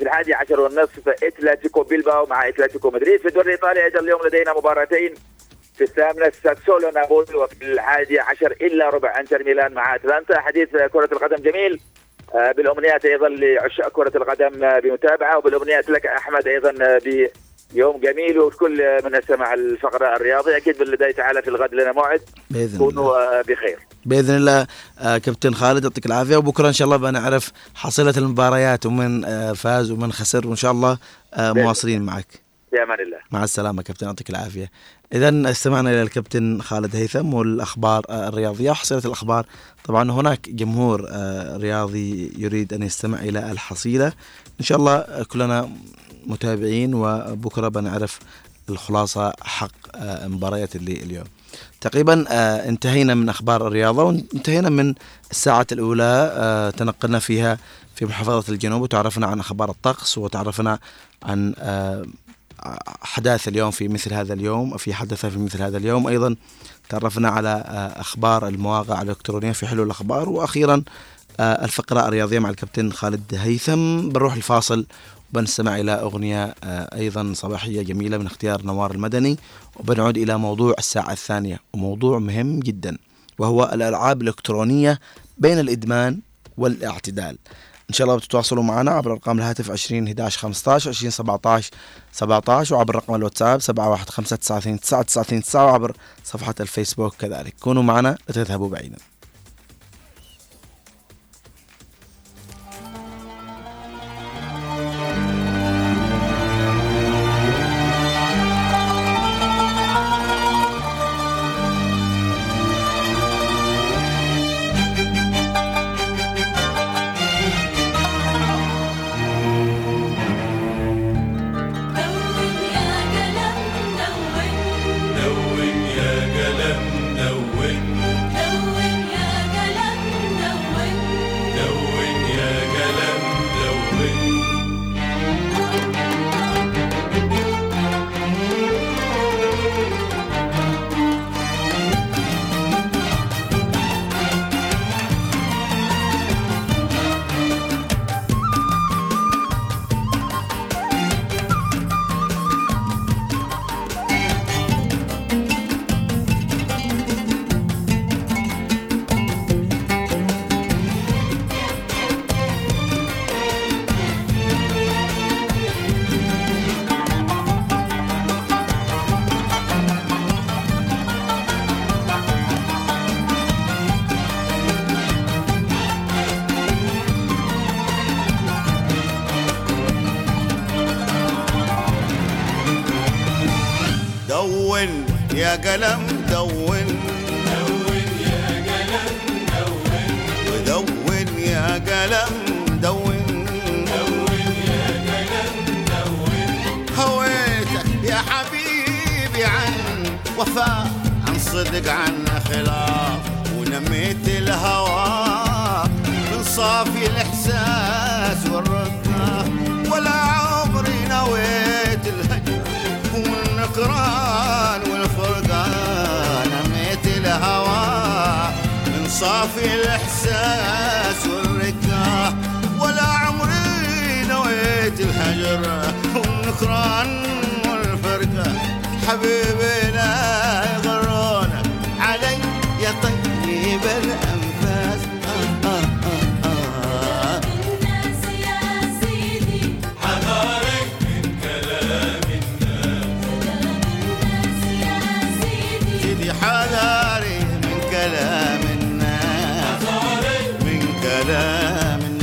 11:30 اتلتيكو بيلباو مع اتلتيكو مدريد. في الدوري الايطالي ايضا اليوم لدينا مباراتين في الثامنة ساسولو نابولي، وفي 11 إلا ربع إنتر ميلان مع أتلانتا. حديث كرة القدم جميل. بالأمنيات أيضا لعشاق كرة القدم بمتابعة، وبالأمنيات لك أحمد أيضا بيوم جميل، وكل من سمع الفقرة الرياضية أكيد بالله تعالى في الغد لنا موعد. كونوا بخير بإذن الله. كابتن خالد يعطيك العافية، وبكرة إن شاء الله بنعرف حصيلة المباريات ومن فاز ومن خسر، وإن شاء الله مواصلين معك. في أمان الله. مع السلامة كابتن، يعطيك العافية. إذن استمعنا إلى الكابتن خالد هيثم والأخبار الرياضية وحصيلة الأخبار. طبعا هناك جمهور رياضي يريد أن يستمع إلى الحصيلة، إن شاء الله كلنا متابعين، وبكرة بنعرف الخلاصة حق مباريات اللي اليوم. تقريبا انتهينا من أخبار الرياضة، وانتهينا من الساعة الأولى تنقلنا فيها في محافظة الجنوب، وتعرفنا عن أخبار الطقس، وتعرفنا عن حداث اليوم في مثل هذا اليوم، في حدث في مثل هذا اليوم. أيضا تعرفنا على أخبار المواقع الإلكترونية في حلو الأخبار، وأخيرا الفقرة الرياضية مع الكابتن خالد هيثم. بنروح الفاصل وبنستمع إلى أغنية أيضا صباحية جميلة من اختيار نوار المدني، وبنعود إلى موضوع الساعة الثانية، وموضوع مهم جدا، وهو الألعاب الإلكترونية بين الإدمان والاعتدال. إن شاء الله بتتواصلوا معنا عبر أرقام الهاتف 20 11 15 20 17 17، وعبر رقم الواتساب 71592999، وعبر صفحة الفيسبوك كذلك. كونوا معنا لا تذهبوا بعيدا. دون يا قلم دون، دون يا قلم دون، ودون يا قلم دون، دون يا قلم دون. هويتك يا حبيبي عن وفاء، عن صدق، عن خلاف، ونميت الهوى من صافي الإحساس والرقة، ولا عمري نويت الهجر والنكران والفرقان. نميت الهوى من صافي الإحساس والرقة، ولا عمري نويت الهجر والنكران والفرقة. حبيبي لا يغرونك علي يا طيب الأنفاس. الناس يا سيدي حذارك من كلام الناس، كلام الناس يا سيدي، سيدي حذاري من كلام الناس، من كلام الناس.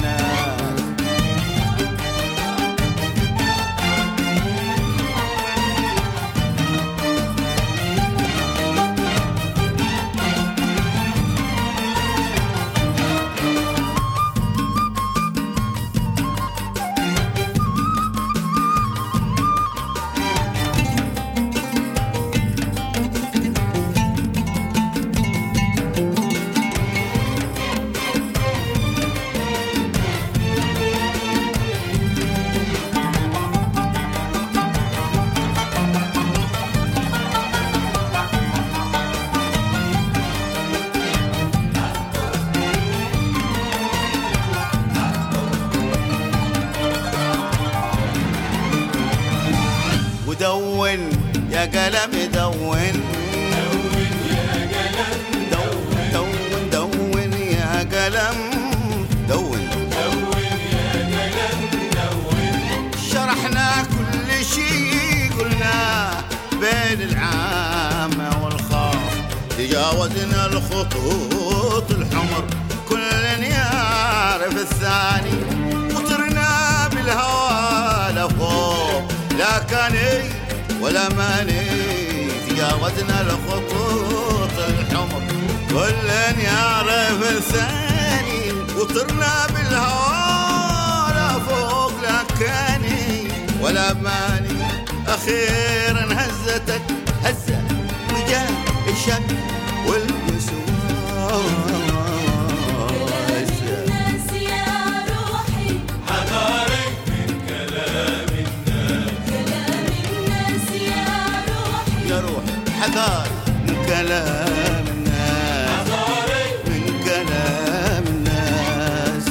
ودون يا قلم دون، قلم دون يا قلم دون. شرحنا كل شيء قلنا بين العامة والخاص، تجاوزنا الخطوط الحمر كل يعرف الثاني، وطرنا بالهوى لفوق لا كاني ولا ماني، تجاوزنا الخطوط الحمر كل يعرف الثاني، وطرنا بالهوى لفوق لا كاني ولا ماني. أخيرا هزتك هزة وجاء الشك والوسواس. الناس يا روحي حذارك من كلام الناس، كلام الناس يا روحي يا روحي حذارك من كلام الناس، حذارك من كلام الناس.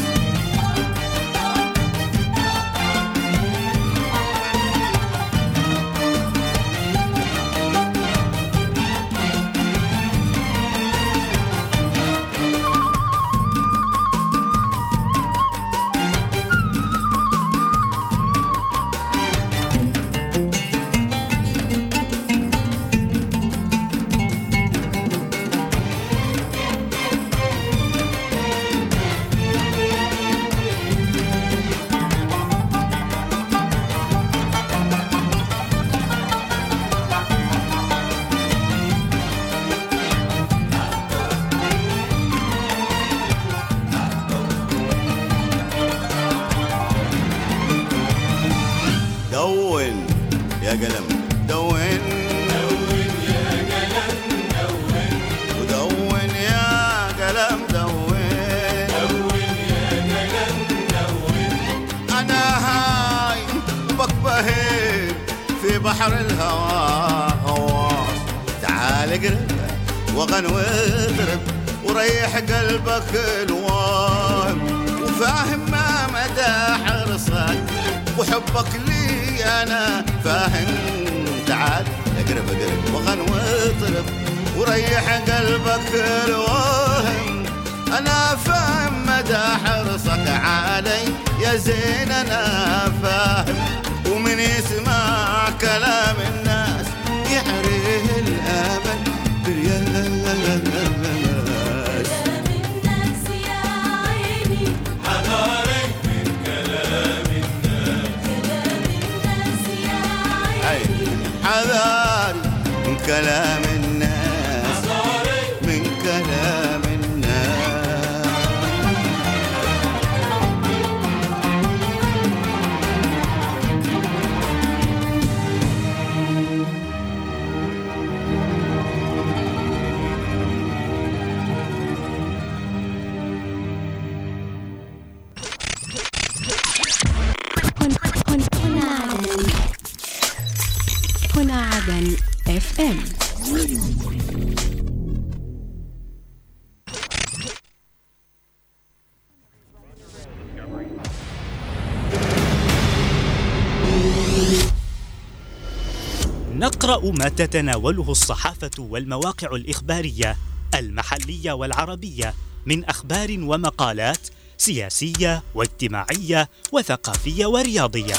دون يا قلم دون، دون يا قلم دون، ودون يا قلم دون، دون يا قلم دون. أنا هاي بكبهر في بحر الهوى غواص، تعال اقرب وغن واضرب وريح قلبك الوام، وفاهم ما مدى حرصك وحبك لي أنا فاهم. تعال اقرب اقرب وغن واضرب وريح قلبك الوهم، أنا فاهم مدى حرصك علي يا زين أنا فاهم. ومن يسمع كلام الناس يحريه الأمل بالياس. كلام الناس يا عيني حذارك من كلام الناس، كلام الناس يا عيني حذاري من كلام الناس، من كلام الناس. هنا عدن اف ام. نقرأ ما تتناوله الصحافة والمواقع الإخبارية المحلية والعربية من أخبار ومقالات سياسية واجتماعية وثقافية ورياضية.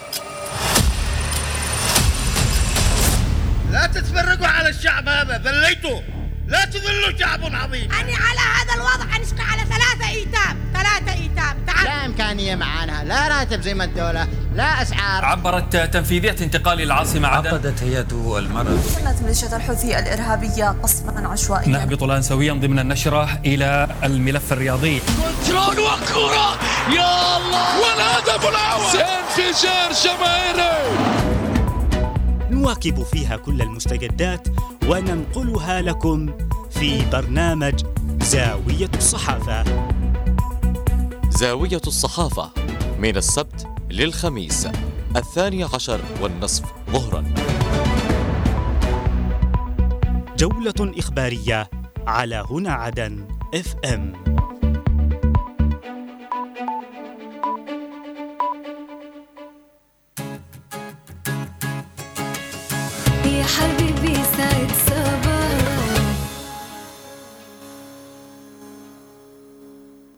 لا تتفرقوا على الشعب هذا، ذليتوا، لا تذلوا شعب عظيم. أنا على هذا الوضع أنشق على 3 إيتام. تعال. لا إمكانية معانا، لا راتب زي ما الدولة، لا أسعار. عبرت تنفيذية انتقال العاصمة عدن. عقدت هيئة المرأة. شنت ميليشيا الحوثي الإرهابية قصفا عشوائيا. نهبط الآن سويا ضمن النشرة إلى الملف الرياضي. كنترول وكرة، يا الله، والهدف الأول، انفجار جماهيري. نواكب فيها كل المستجدات وننقلها لكم في برنامج زاوية الصحافة. زاوية الصحافة من السبت للخميس 12:30 ظهرا. جولة إخبارية على هنا عدن اف ام. يا حبيبي سعد صباح.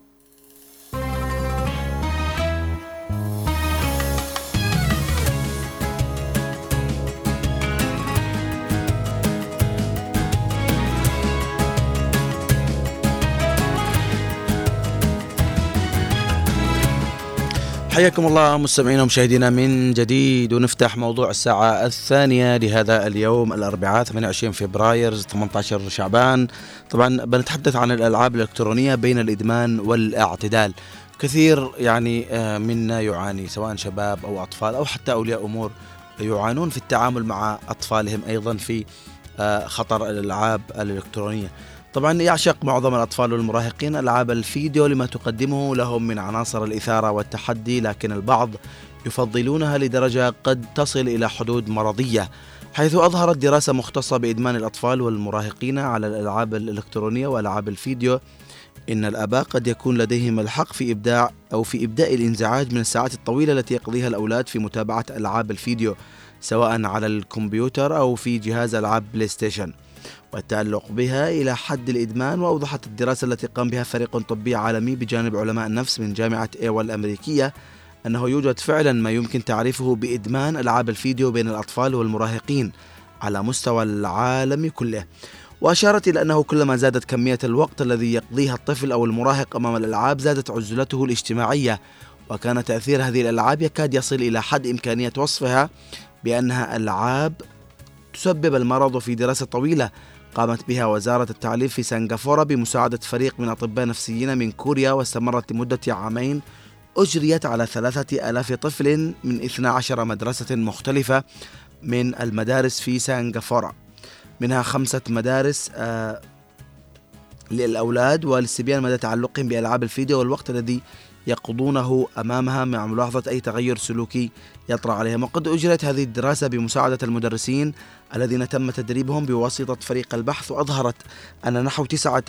حياكم الله مستمعينا ومشاهدينا من جديد، ونفتح موضوع الساعة الثانية لهذا اليوم الأربعاء 28 فبراير 18 شعبان. طبعا بنتحدث عن الألعاب الإلكترونية بين الإدمان والاعتدال. كثير يعني منا يعاني، سواء شباب أو أطفال أو حتى أولياء أمور، يعانون في التعامل مع أطفالهم أيضا في خطر الألعاب الإلكترونية. طبعا يعشق معظم الأطفال والمراهقين ألعاب الفيديو لما تقدمه لهم من عناصر الإثارة والتحدي، لكن البعض يفضلونها لدرجة قد تصل إلى حدود مرضية، حيث أظهرت دراسة مختصة بإدمان الأطفال والمراهقين على الألعاب الإلكترونية وألعاب الفيديو إن الآباء قد يكون لديهم الحق في إبداء الانزعاج من الساعات الطويلة التي يقضيها الأولاد في متابعة ألعاب الفيديو، سواء على الكمبيوتر أو في جهاز ألعاب بلاي ستيشن، والتعلق بها إلى حد الإدمان. وأوضحت الدراسة التي قام بها فريق طبي عالمي بجانب علماء النفس من جامعة ايوا الأمريكية أنه يوجد فعلا ما يمكن تعريفه بإدمان ألعاب الفيديو بين الأطفال والمراهقين على مستوى العالم كله. وأشارت إلى أنه كلما زادت كمية الوقت الذي يقضيها الطفل أو المراهق أمام الألعاب زادت عزلته الاجتماعية، وكان تأثير هذه الألعاب يكاد يصل إلى حد إمكانية وصفها بأنها ألعاب تسبب المرض. وفي دراسة طويلة قامت بها وزارة التعليم في سنغافورة بمساعدة فريق من أطباء نفسيين من كوريا، واستمرت لمدة عامين، أجريت على 3000 طفل من 12 مدرسة مختلفة من المدارس في سنغافورة، منها 5 مدارس للأولاد وللصبيان مدى تعلقهم بألعاب الفيديو والوقت الذي يقضونه أمامها مع ملاحظة أي تغير سلوكي يطرأ عليهم. وقد أجرت هذه الدراسة بمساعدة المدرسين الذين تم تدريبهم بواسطة فريق البحث، وأظهرت أن نحو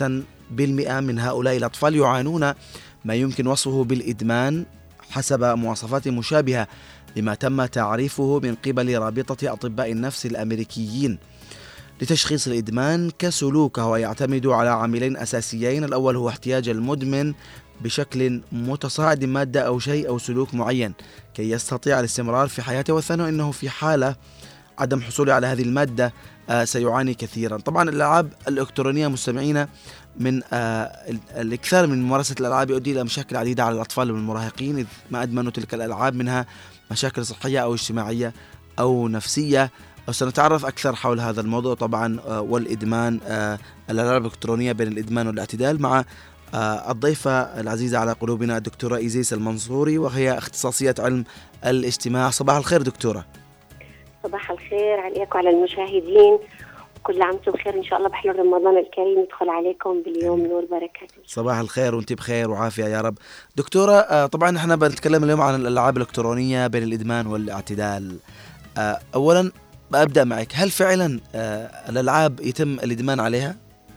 9% من هؤلاء الأطفال يعانون ما يمكن وصفه بالإدمان حسب مواصفات مشابهة لما تم تعريفه من قبل رابطة أطباء النفس الأمريكيين لتشخيص الإدمان كسلوك، وهو يعتمد على عاملين أساسيين. الأول هو احتياج المدمن بشكل متصاعد مادة أو شيء أو سلوك معين كي يستطيع الاستمرار في حياته، والثاني أنه في حالة عدم حصوله على هذه المادة سيعاني كثيرا. طبعا الألعاب الإلكترونية مستمعين من الإكثار من ممارسة الألعاب يؤدي إلى مشاكل عديدة على الأطفال والمراهقين إذ ما أدمنوا تلك الألعاب، منها مشاكل صحية أو اجتماعية أو نفسية. وسنتعرف أكثر حول هذا الموضوع طبعا والإدمان، الألعاب الإلكترونية بين الإدمان والاعتدال، مع الضيفة العزيزة على قلوبنا الدكتورة إيزيس المنصوري، وهي اختصاصية علم الاجتماع. صباح الخير دكتورة. صباح الخير عليكم وعلى المشاهدين، كل عام وانتم بخير إن شاء الله. بحلول رمضان الكريم يدخل عليكم باليوم نور بركاته. صباح الخير وانت بخير وعافية يا رب. دكتورة طبعا احنا بنتكلم اليوم عن الألعاب الإلكترونية بين الإدمان والاعتدال. أولا بأبدأ معك، هل فعلا الألعاب يتم الإدمان عليها؟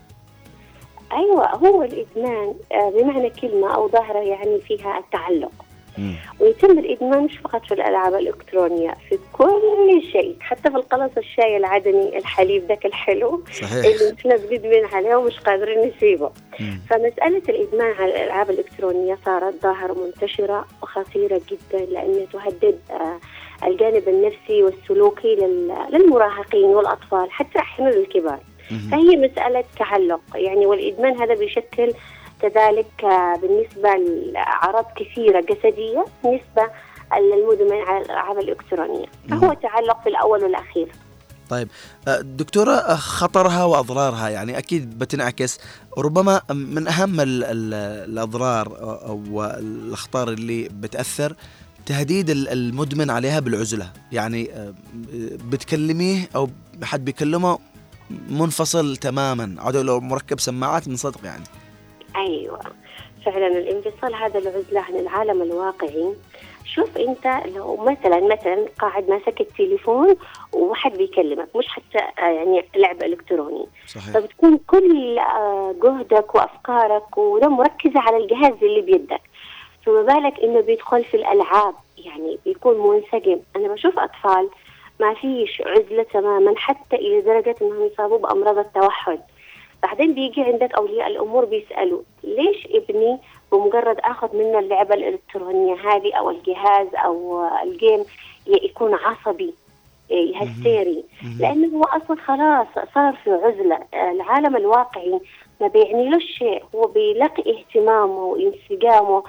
أيوة، هو الإدمان بمعنى كلمة أو ظاهرة يعني فيها التعلق، ويتم الإدمان مش فقط في الألعاب الإلكترونية، في كل شيء، حتى في القلص الشاي العدني الحليب ذاك الحلو صحيح. اللي الناس بيدمن عليه ومش قادرين نسيبه. فمسألة الإدمان على الألعاب الإلكترونية صارت ظاهرة منتشرة وخطيرة جدا، لأنها تهدد الجانب النفسي والسلوكي للمراهقين والأطفال حتى أحيانا للكبار. فهي مسألة تعلق يعني، والإدمان هذا بيشكل كذلك بالنسبة لأعراض كثيرة جسدية بالنسبة للمدمن على الألعاب الإلكترونية، فهو تعلق في الأول والأخير. طيب دكتورة، خطرها وأضرارها يعني أكيد بتنعكس، ربما من أهم الأضرار أو الأخطار اللي بتأثر تهديد المدمن عليها بالعزلة، يعني بتكلميه أو حد بيكلمه منفصل تماما، عادوا لو مركب سماعات من صدق يعني. أيوة فعلا الانفصال هذا العزلة عن العالم الواقعي. شوف أنت لو مثلا قاعد ماسك التليفون وواحد بيكلمك، مش حتى يعني لعب إلكتروني، فبتكون كل جهدك وأفكارك وده مركزة على الجهاز اللي بيدك، فما بالك إنه بيدخل في الألعاب يعني بيكون منسجم. أنا بشوف أطفال ما فيش عزلة تماما حتى إلى درجة أنهم يصابوا بأمراض التوحد. بعدين بيجي عندك أولياء الأمور بيسألوا ليش ابني بمجرد أخذ منه اللعبة الإلكترونية هذه أو الجهاز أو الجيم يكون عصبي هستيري، لأنه هو أصلا خلاص صار في عزلة. العالم الواقعي ما بيعني له شيء، هو بيلاقي اهتمامه وانسجامه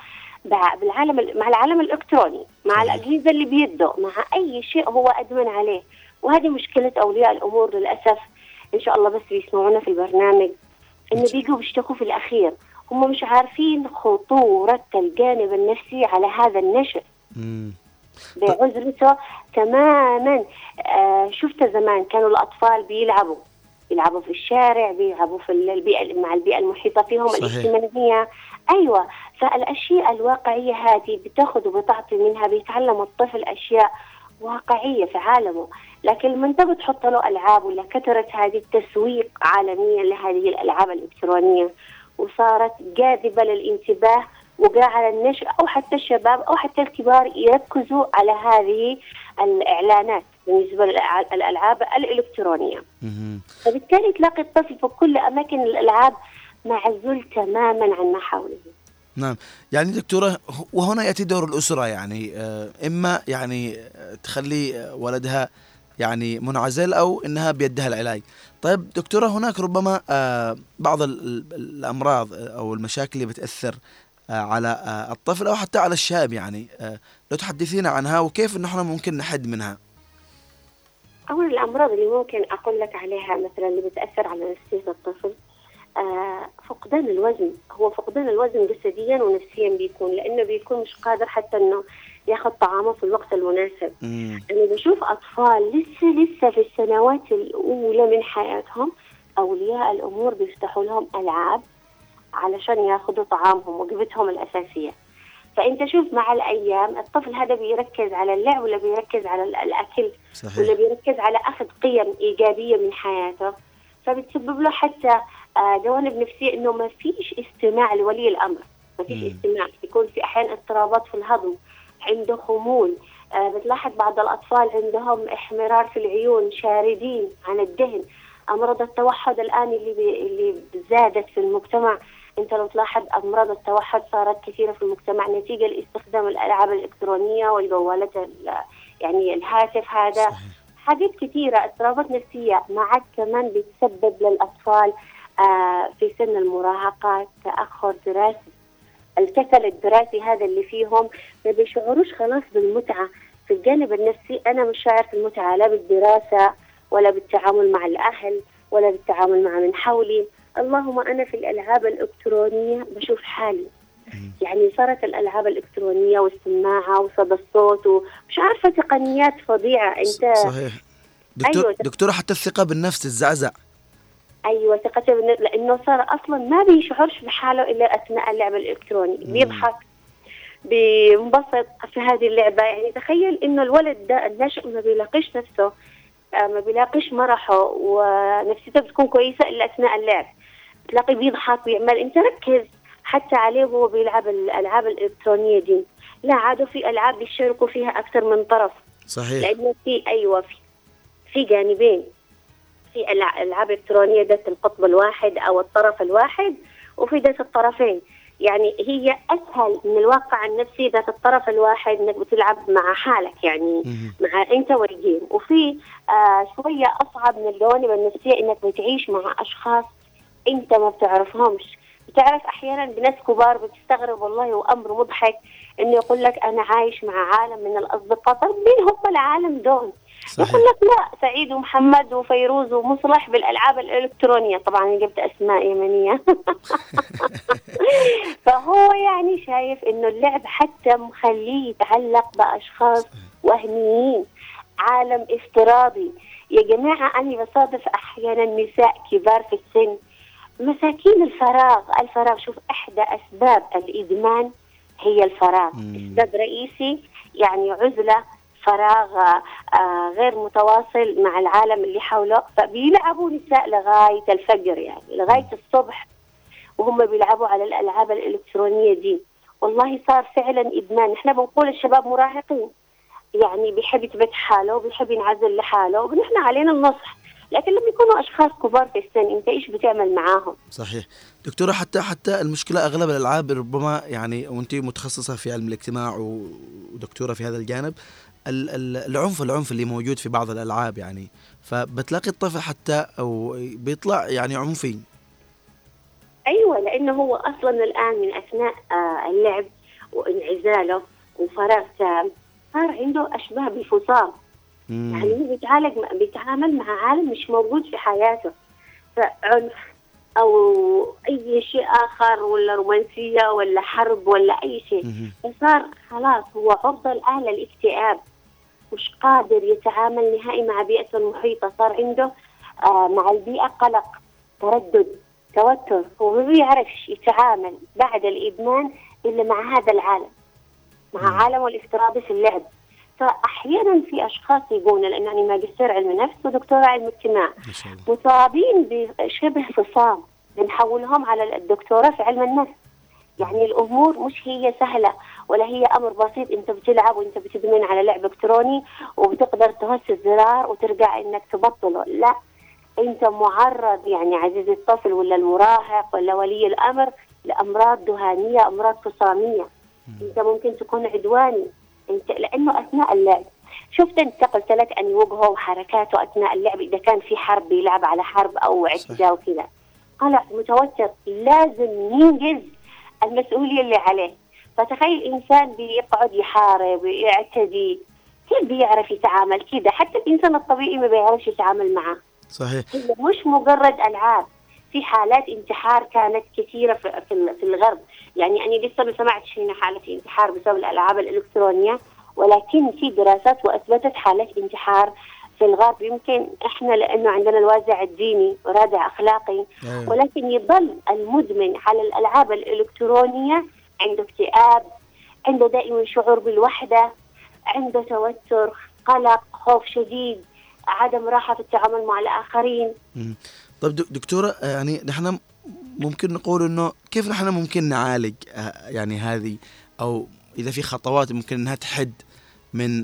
بالعالم مع العالم الإلكتروني، مع الأجهزة اللي بيده، مع أي شيء هو أدمن عليه. وهذه مشكلة أولياء الأمور للأسف. إن شاء الله بس بيسمعونا في البرنامج إنه بيجوا بيشتكوا في الأخير، هم مش عارفين خطورة الجانب النفسي على هذا النشء بعذرته تماما. شفت زمان كانوا الأطفال بيلعبوا في الشارع، بيلعبوا في البيئة مع البيئة المحيطة فيهم الاجتماعية. أيوة، فالأشياء الواقعية هذه بتاخذ وبتعطي منها، بيتعلم الطفل أشياء واقعية في عالمه. لكن لما انت بتحط له ألعاب، ولا كثرت هذه التسويق عالميا لهذه الألعاب الإلكترونية وصارت جاذبة للانتباه، وجاء على النشء أو حتى الشباب أو حتى الكبار يركزوا على هذه الإعلانات بالنسبة للألعاب الإلكترونية. فبالتالي تلاقي الطفل في كل أماكن الألعاب معزول تماما عن ما حوله. نعم، يعني دكتورة، وهنا يأتي دور الأسرة، يعني إما يعني تخلي ولدها يعني منعزل أو إنها بيدها العلاج. طيب دكتورة، هناك ربما بعض الأمراض أو المشاكل اللي بتأثر على الطفل أو حتى على الشاب، يعني لو تحدثينا عنها وكيف نحن ممكن نحد منها. أول الأمراض اللي ممكن أقول لك عليها مثلا اللي بتأثر على نفسية الطفل، فقدان الوزن. هو فقدان الوزن جسديا ونفسيا بيكون، لأنه بيكون مش قادر حتى إنه ياخذ طعامه في الوقت المناسب. أنا بشوف أطفال لسه في السنوات الأولى من حياتهم أولياء الأمور بيفتحوا لهم ألعاب علشان ياخذوا طعامهم وجبتهم الأساسية. فأنت شوف مع الأيام الطفل هذا بيركز على اللعب، ولا بيركز على الأكل، صحيح، ولا بيركز على أخذ قيم إيجابية من حياته. فبتسبب له حتى جوانب نفسية، إنه ما فيش استماع لولي الأمر، ما فيش استماع. يكون في أحيان اضطرابات في الهضم، عنده خمول. بتلاحظ بعض الأطفال عندهم احمرار في العيون، شاردين عن الدهن. أمراض التوحد الآن اللي زادت في المجتمع، أنت لو تلاحظ أمراض التوحد صارت كثيرة في المجتمع نتيجة لاستخدام الألعاب الإلكترونية والجوالات، يعني الهاتف هذا. حاجات كثيرة، اضطرابات نفسية معك كمان بتسبب للأطفال في سن المراهقة تأخر دراسي. الكسل الدراسي هذا اللي فيهم ما بيشعروش خلاص بالمتعة في الجانب النفسي. أنا مش شاعر في المتعة لا بالدراسة ولا بالتعامل مع الأهل ولا بالتعامل مع من حولي. اللهم أنا في الألعاب الإلكترونية بشوف حالي. يعني صارت الألعاب الإلكترونية والسماعة وصدى الصوت ومش عارفة تقنيات فظيعة. أنت صحيح دكتورة، حتى الثقة بالنفس تتزعزع. أيوة، ثقته بالنفس، لأنه صار أصلا ما بيشعرش بحاله إلا أثناء اللعب الإلكتروني. بيضحك، بينبسط في هذه اللعبة. يعني تخيل إنه الولد ده الناشئ ما بيلاقيش نفسه، ما بيلاقيش مرحه ونفسيته بتكون كويسة إلا أثناء اللعب. تلاقي بيضحك ويعمل، أنت ركز حتى عليه وهو بيلعب الألعاب الإلكترونية دي. لا، عادوا في ألعاب بيشاركوا فيها أكثر من طرف. صحيح. لأنه في جانبين، في ألعاب إلكترونية ذات القطب الواحد أو الطرف الواحد، وفي ذات الطرفين. يعني هي أسهل من الواقع النفسي ذات الطرف الواحد، إنك بتلعب مع حالك، يعني مع أنت والجيم. وفي شوية أصعب من الجوانب النفسية، إنك بتعيش مع أشخاص أنت ما بتعرفهمش. بتعرف أحيانا بناس كبار بتستغرب والله، وأمر مضحك إنه يقول لك أنا عايش مع عالم من الأصدقاء. طب مين هم العالم دول؟ يقول لك لا، سعيد ومحمد وفيروز ومصلح بالألعاب الإلكترونية. طبعا جبت أسماء يمنية. فهو يعني شايف إنه اللعب حتى مخليه يتعلق بأشخاص وهميين، عالم افتراضي. يا جماعة أنا بصادف أحيانا نساء كبار في السن مساكين. الفراغ شوف، إحدى أسباب الإدمان هي الفراغ. سبب رئيسي يعني عزلة، فراغ غير متواصل مع العالم اللي حوله. فبيلعبوا نساء لغاية الفجر، يعني لغاية الصبح وهم بيلعبوا على الألعاب الإلكترونية دي. والله صار فعلا إدمان. احنا بنقول الشباب مراهقين، يعني بيحب يثبت حاله وبيحب ينعزل لحاله، ونحن علينا النصح. لكن لما يكونوا أشخاص كبار في السن، أنت إيش بتعمل معاهم؟ صحيح دكتورة. حتى المشكلة أغلب الألعاب ربما، يعني وأنت متخصصة في علم الاجتماع ودكتورة في هذا الجانب، العنف اللي موجود في بعض الألعاب، يعني فبتلاقي الطفل حتى أو بيطلع يعني عنفي. أيوة، لأنه هو أصلا الآن من أثناء اللعب وانعزاله وفراغ تام صار عنده أشباه بالفصام. يعني هو بيتعامل مع عالم مش موجود في حياته، فعنف أو أي شيء آخر ولا رومانسية ولا حرب ولا أي شيء، فصار خلاص هو عرضة الآن للاكتئاب، مش قادر يتعامل نهائي مع بيئته المحيطة. صار عنده مع البيئة قلق، تردد، توتر. هو ما بيعرفش يتعامل بعد الإدمان إلا مع هذا العالم، مع عالمه الافتراضي في اللعب. فأحيانا في أشخاص يقولون، لأن يعني ماجستير علم نفس ودكتوراه علم اجتماع، مصابين بشبه فصام، بنحولهم على الدكتوراه في علم النفس. يعني الأمور مش هي سهلة ولا هي أمر بسيط، أنت بتلعب وأنت بتدمن على لعب إلكتروني وبتقدر تهز الزرار وترجع إنك تبطله. لا، أنت معرض يعني عزيزي الطفل ولا المراهق ولا ولي الأمر لأمراض ذهانية، أمراض فصامية. أنت ممكن تكون عدواني أنت، لأنه أثناء اللعب شفت أنت قلت لك أن وجهه وحركاته أثناء اللعب إذا كان في حرب بيلعب على حرب أو اعتداء وكذا، قلق متوتر، لازم ينجز المسؤولية اللي عليه. فتخيل إنسان بيقعد يحارب ويعتدي، كيف بيعرف يتعامل كذا؟ حتى الإنسان الطبيعي ما بيعرفش يتعامل معه. صحيح. مش مجرد ألعاب، في حالات انتحار كانت كثيرة في الغرب. يعني أنا لسه ما سمعتش هنا حالة انتحار بسبب الألعاب الإلكترونية، ولكن في دراسات وأثبتت حالات انتحار في الغرب. يمكن إحنا لأنه عندنا الوازع الديني ورادع أخلاقي، ولكن يظل المدمن على الألعاب الإلكترونية عنده اكتئاب، عنده دائما شعور بالوحدة، عنده توتر، قلق، خوف شديد، عدم راحة في التعامل مع الآخرين. طيب دكتورة، يعني نحن ممكن نقول إنه كيف نحن ممكن نعالج يعني هذه، أو إذا في خطوات ممكن إنها تحد من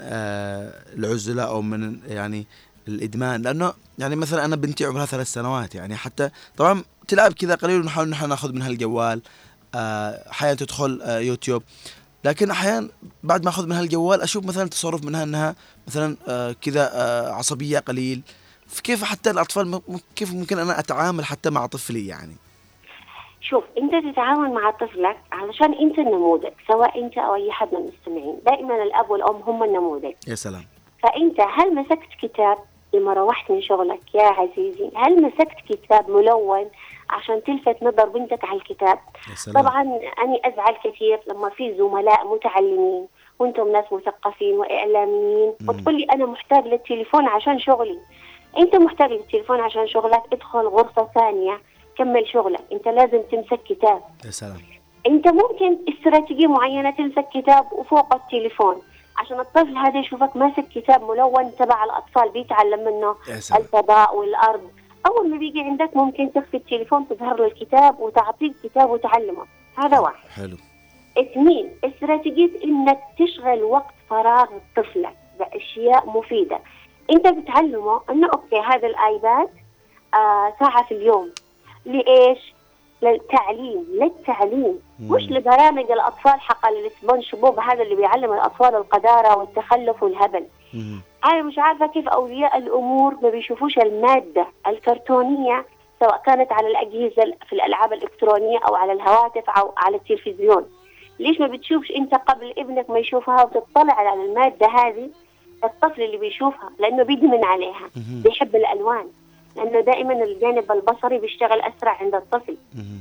العزلة أو من يعني الإدمان؟ لأنه يعني مثلا أنا بنتي عمرها 3 سنوات، يعني حتى طبعا تلعب كذا قليل ونحاول نحن ناخذ منها الجوال، أحيانا تدخل يوتيوب، لكن أحيانا بعد ما أخذ منها الجوال أشوف مثلا تصرف منها أنها مثلا كذا عصبية قليل. كيف حتى الأطفال كيف ممكن أنا أتعامل حتى مع طفلي؟ يعني شوف، أنت تتعامل مع طفلك علشان أنت النموذج، سواء أنت أو أي حد من المستمعين. دائما الأب والأم هم النموذج. يا سلام. فأنت هل مسكت كتاب لما روحت من شغلك يا عزيزي؟ هل مسكت كتاب ملون عشان تلفت نظر بنتك على الكتاب؟ طبعا أنا أزعل كثير لما في زملاء متعلمين وأنتم ناس مثقفين وإعلاميين وتقول لي أنا محتاج للتليفون عشان شغلي. أنت محتاج للتليفون عشان شغلك، ادخل غرفة ثانية كمل شغلك. أنت لازم تمسك كتاب. يا سلام. أنت ممكن استراتيجية معينة تمسك كتاب وفوق التليفون عشان الطفل هذا يشوفك ماسك كتاب ملون تبع الأطفال بيتعلم منه الفضاء والأرض. أول ما بيجي عندك ممكن تخفي التليفون، تظهر له الكتاب وتعطيه الكتاب وتعلمه. هذا واحد. حلو. 2، استراتيجية إنك تشغل وقت فراغ طفلك بأشياء مفيدة. أنت بتعلمه إنه أوكي هذا الآيباد ساعة في اليوم. لإيش؟ للتعليم، مش لبرامج الأطفال حق السبونج بوب هذا اللي بيعلم الأطفال القذارة والتخلف والهبل. أنا مش عارفة كيف أولياء الأمور ما بيشوفوش المادة الكرتونية سواء كانت على الأجهزة في الألعاب الإلكترونية أو على الهواتف أو على التلفزيون. ليش ما بتشوفش أنت قبل ابنك ما يشوفها وتطلع على المادة هذه؟ الطفل اللي بيشوفها لأنه بيدمن عليها، بيحب الألوان، لأنه دائما الجانب البصري بيشتغل أسرع عند الطفل.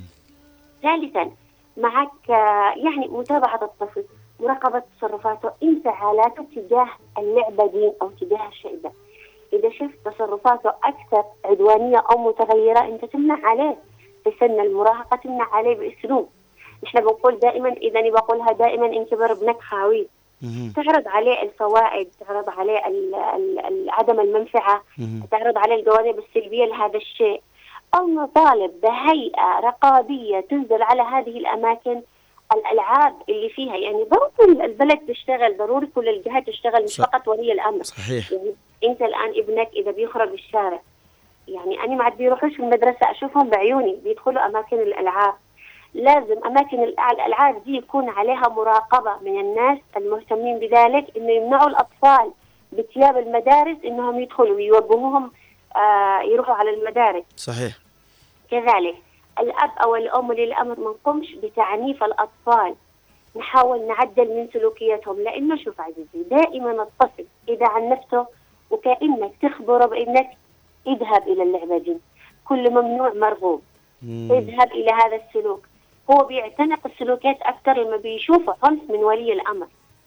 ثالثا، معك يعني متابعة الطفل، مراقبة تصرفاته، انفعالاته تجاه اللعبة دي أو تجاه الشيء ده. إذا شفت تصرفاته أكثر عدوانية أو متغيرة أنت تمنع عليه. في سن المراهقة تمنع عليه بأسلوب. إحنا بنقول دائما، إذا أنا بقولها دائما، انكبر ابنك خاوي. تعرض عليه الفوائد، تعرض عليه عدم المنفعة، تعرض عليه الجوانب السلبية لهذا الشيء، أو نطالب بهيئة رقابية تنزل على هذه الأماكن الألعاب اللي فيها. يعني ضروري البلد تشتغل، ضروري كل الجهات تشتغل، مش فقط ولي الأمر. صحيح. يعني أنت الآن ابنك إذا بيخرج الشارع، يعني أنا ما عاد بيروحوش في المدرسة، أشوفهم بعيوني بيدخلوا أماكن الألعاب. لازم أماكن الألعاب دي يكون عليها مراقبة من الناس المهتمين بذلك، إنه يمنعوا الأطفال بثياب المدارس إنهم يدخلوا ويوجهوهم يروحوا على المدارس. صحيح. كذلك الأب أو الأم ولي الأمر ما نقومش بتعنيف الأطفال نحاول نعدل من سلوكياتهم. لأنه شوف عزيزي، دائما الطفل إذا عنفته وكأنك تخبره بأنك اذهب إلى اللعبة دي، كل ممنوع مرغوب، اذهب إلى هذا السلوك، هو بيعتنق السلوكيات أكثر لما بيشوف عنف من ولي الأمر.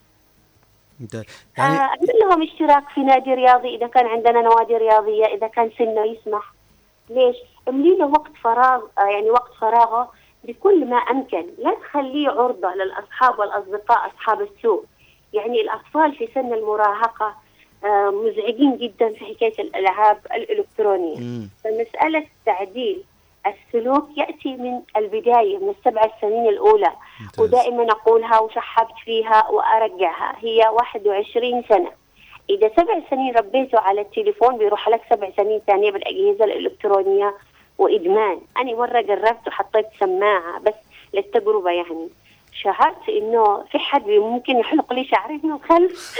يعني أعمل لهم اشتراك في نادي رياضي إذا كان عندنا نوادي رياضية، إذا كان سنه يسمح. ليش؟ املي له وقت فراغ، يعني وقت فراغه بكل ما أمكن، لا تخليه عرضة للأصحاب والأصدقاء أصحاب السوء. يعني الأطفال في سن المراهقة مزعجين جدا في حكاية الألعاب الإلكترونية. فمسألة تعديل السلوك يأتي من البداية، من 7 سنين الأولى. ودائما أقولها وشحبت فيها وأرجعها، هي 21 سنة. إذا 7 سنين ربيته على التليفون بيروح لك 7 سنين ثانية بالأجهزة الإلكترونية وإدمان. أنا مرة جربت وحطيت سماعة بس للتجربة، يعني شعرت إنه في حد ممكن يحلق لي شعري من الخلف.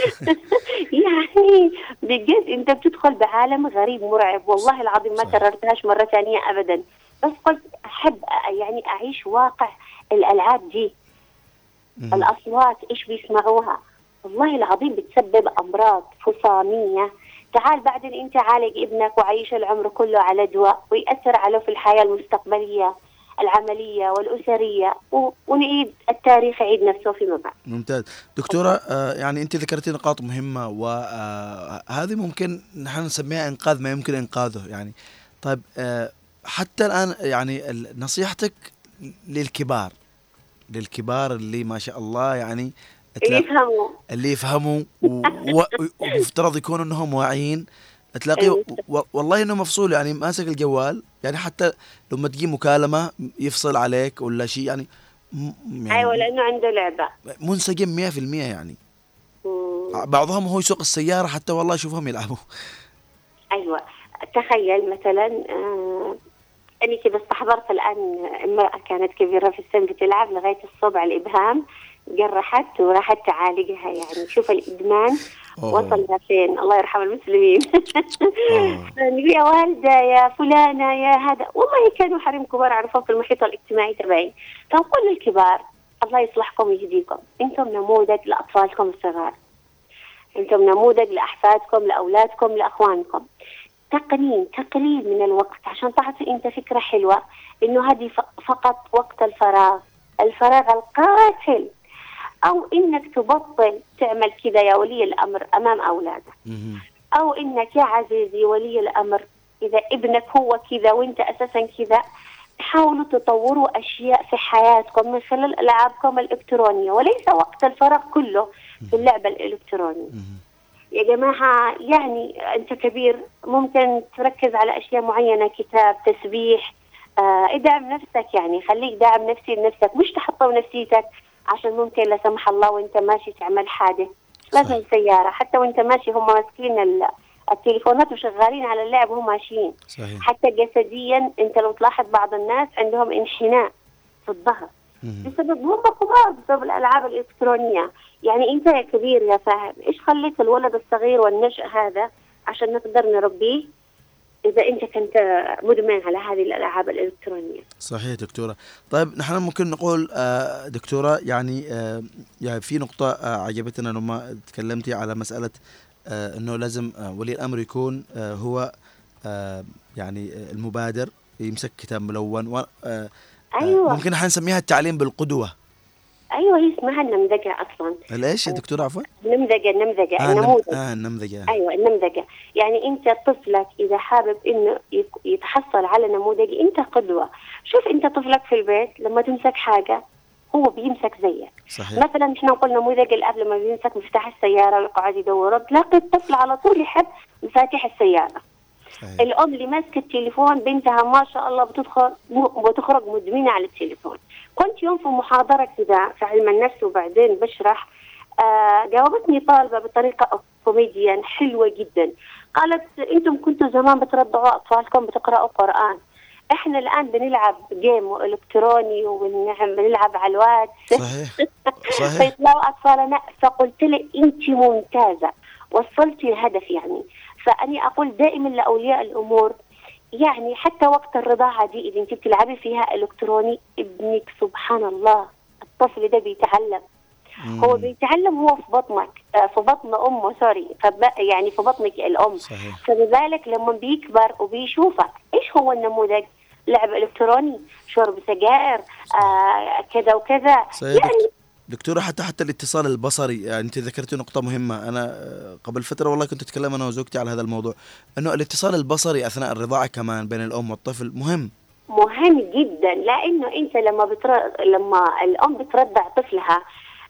يعني بجد أنت بتدخل بعالم غريب مرعب، والله العظيم ما كررتهاش مرة ثانية أبدا. بس قلت أحب يعني أعيش واقع الألعاب دي. الأصوات إيش بيسمعوها، والله العظيم بتسبب أمراض فصامية. تعال بعدين أنت عالج ابنك وعيش العمر كله على دواء ويأثر عليه في الحياة المستقبلية العملية والأسرية، ونعيد التاريخ يعيد نفسه فيما بعد. ممتاز دكتورة. يعني أنت ذكرتي نقاط مهمة، وهذه ممكن نحن نسميها إنقاذ ما يمكن إنقاذه. يعني طيب حتى الآن يعني نصيحتك للكبار اللي ما شاء الله يعني اللي يفهموا ومفترض يكونوا انهم واعيين، تلاقيه والله انه مفصول، يعني ماسك الجوال، يعني حتى لما تجي مكالمة يفصل عليك ولا شيء، يعني ايوه لانه عنده لعبة، منسجم 100%. يعني بعضهم هو يسوق السيارة حتى والله شوفهم يلعبوا. ايوه تخيل مثلا أنا كده استحضرت الآن امرأة كانت كبيرة في السن بتلعب لغاية الصبع الإبهام، جرحت وراحت تعالجها. يعني شوف الإدمان وصل فين، الله يرحم المسلمين. يا والدة يا فلانة يا هذا، والله كانوا حريم كبار عرفوا في المحيط الاجتماعي تبعي. فنقول للكبار الله يصلحكم ويهديكم، أنتم نموذج لأطفالكم الصغار، أنتم نموذج لأحفادكم لأولادكم لأخوانكم. تقليل من الوقت عشان تعطي انت فكرة حلوة انه هذه فقط وقت الفراغ القاتل، او انك تبطل تعمل كذا يا ولي الامر امام اولادك، او انك يا عزيزي ولي الامر اذا ابنك هو كذا وانت اساسا كذا، حاولوا تطوروا اشياء في حياتكم من خلال العابكم الالكترونية، وليس وقت الفراغ كله في اللعبة الالكترونية. يا جماعة يعني أنت كبير ممكن تركز على أشياء معينة، كتاب، تسبيح، ادعم نفسك، يعني خليك داعم نفسي لنفسك، مش تحطم نفسيتك عشان ممكن لا سمح الله وانت ماشي تعمل حادث. لازم سيارة حتى وانت ماشي هم ماسكين التليفونات وشغالين على اللعب وهم ماشيين. صحيح. حتى جسديا انت لو تلاحظ بعض الناس عندهم انحناء في الظهر بسبب هم كبار بسبب الألعاب الإلكترونية. يعني أنت يا كبير يا فاهم إيش خليت الولد الصغير والنشأ هذا عشان نقدر نربيه إذا أنت كنت مدمن على هذه الألعاب الإلكترونية. صحيح دكتورة. طيب نحن ممكن نقول دكتورة يعني في نقطة عجبتنا لما تكلمتي على مسألة أنه لازم ولي الأمر يكون هو يعني المبادر، يمسك كتاب ملون أيوة. ممكن نحن نسميها التعليم بالقدوة. أيوة هي اسمها النمذجة أصلا. ليش يا دكتورة عفوا؟ النمذجة النموذج. النمذجة. أيوة النمذجة، يعني أنت طفلك إذا حابب إنه يتحصل على نموذج أنت قدوة. شوف أنت طفلك في البيت لما تمسك حاجة هو بيمسك زيك. صحيح. مثلا إحنا نقول نموذج الأب لما بيمسك مفتاح السيارة ويقعد يدوره، تلاقي الطفل على طول يحب مفاتيح السيارة. صحيح. الأم اللي ماسكة التليفون بنتها ما شاء الله بتخرج مدمنة على التليفون. كنت يوم في محاضرة كذا في علم النفس وبعدين بشرح، جاوبتني طالبة بطريقة كوميديا حلوة جدا، قالت أنتم كنتوا زمان بترضعوا أطفالكم بتقرأوا قرآن، إحنا الآن بنلعب جيم إلكتروني وبنلعب على الواتس. صحيح. صحيح. فيطلعوا أطفالنا. فقلت لي أنت ممتازة وصلتي الهدف. يعني فأني أقول دائما لأولياء الأمور يعني حتى وقت الرضاعة دي إذا أنت بتلعبي فيها إلكتروني ابنك سبحان الله الطفل ده بيتعلم هو بيتعلم هو في بطنك، في بطن امه سوري، يعني في بطنك الام. صحيح. فلذلك لما بيكبر وبيشوفك ايش هو النموذج، لعب الكتروني، شرب سجائر، كذا وكذا. يعني دكتورة حتى الاتصال البصري، يعني انت ذكرتي نقطة مهمة. انا قبل فترة والله كنت اتكلم انا وزوجتي على هذا الموضوع، انه الاتصال البصري اثناء الرضاعة كمان بين الام والطفل مهم جدا، لانه انت لما الام بترضع طفلها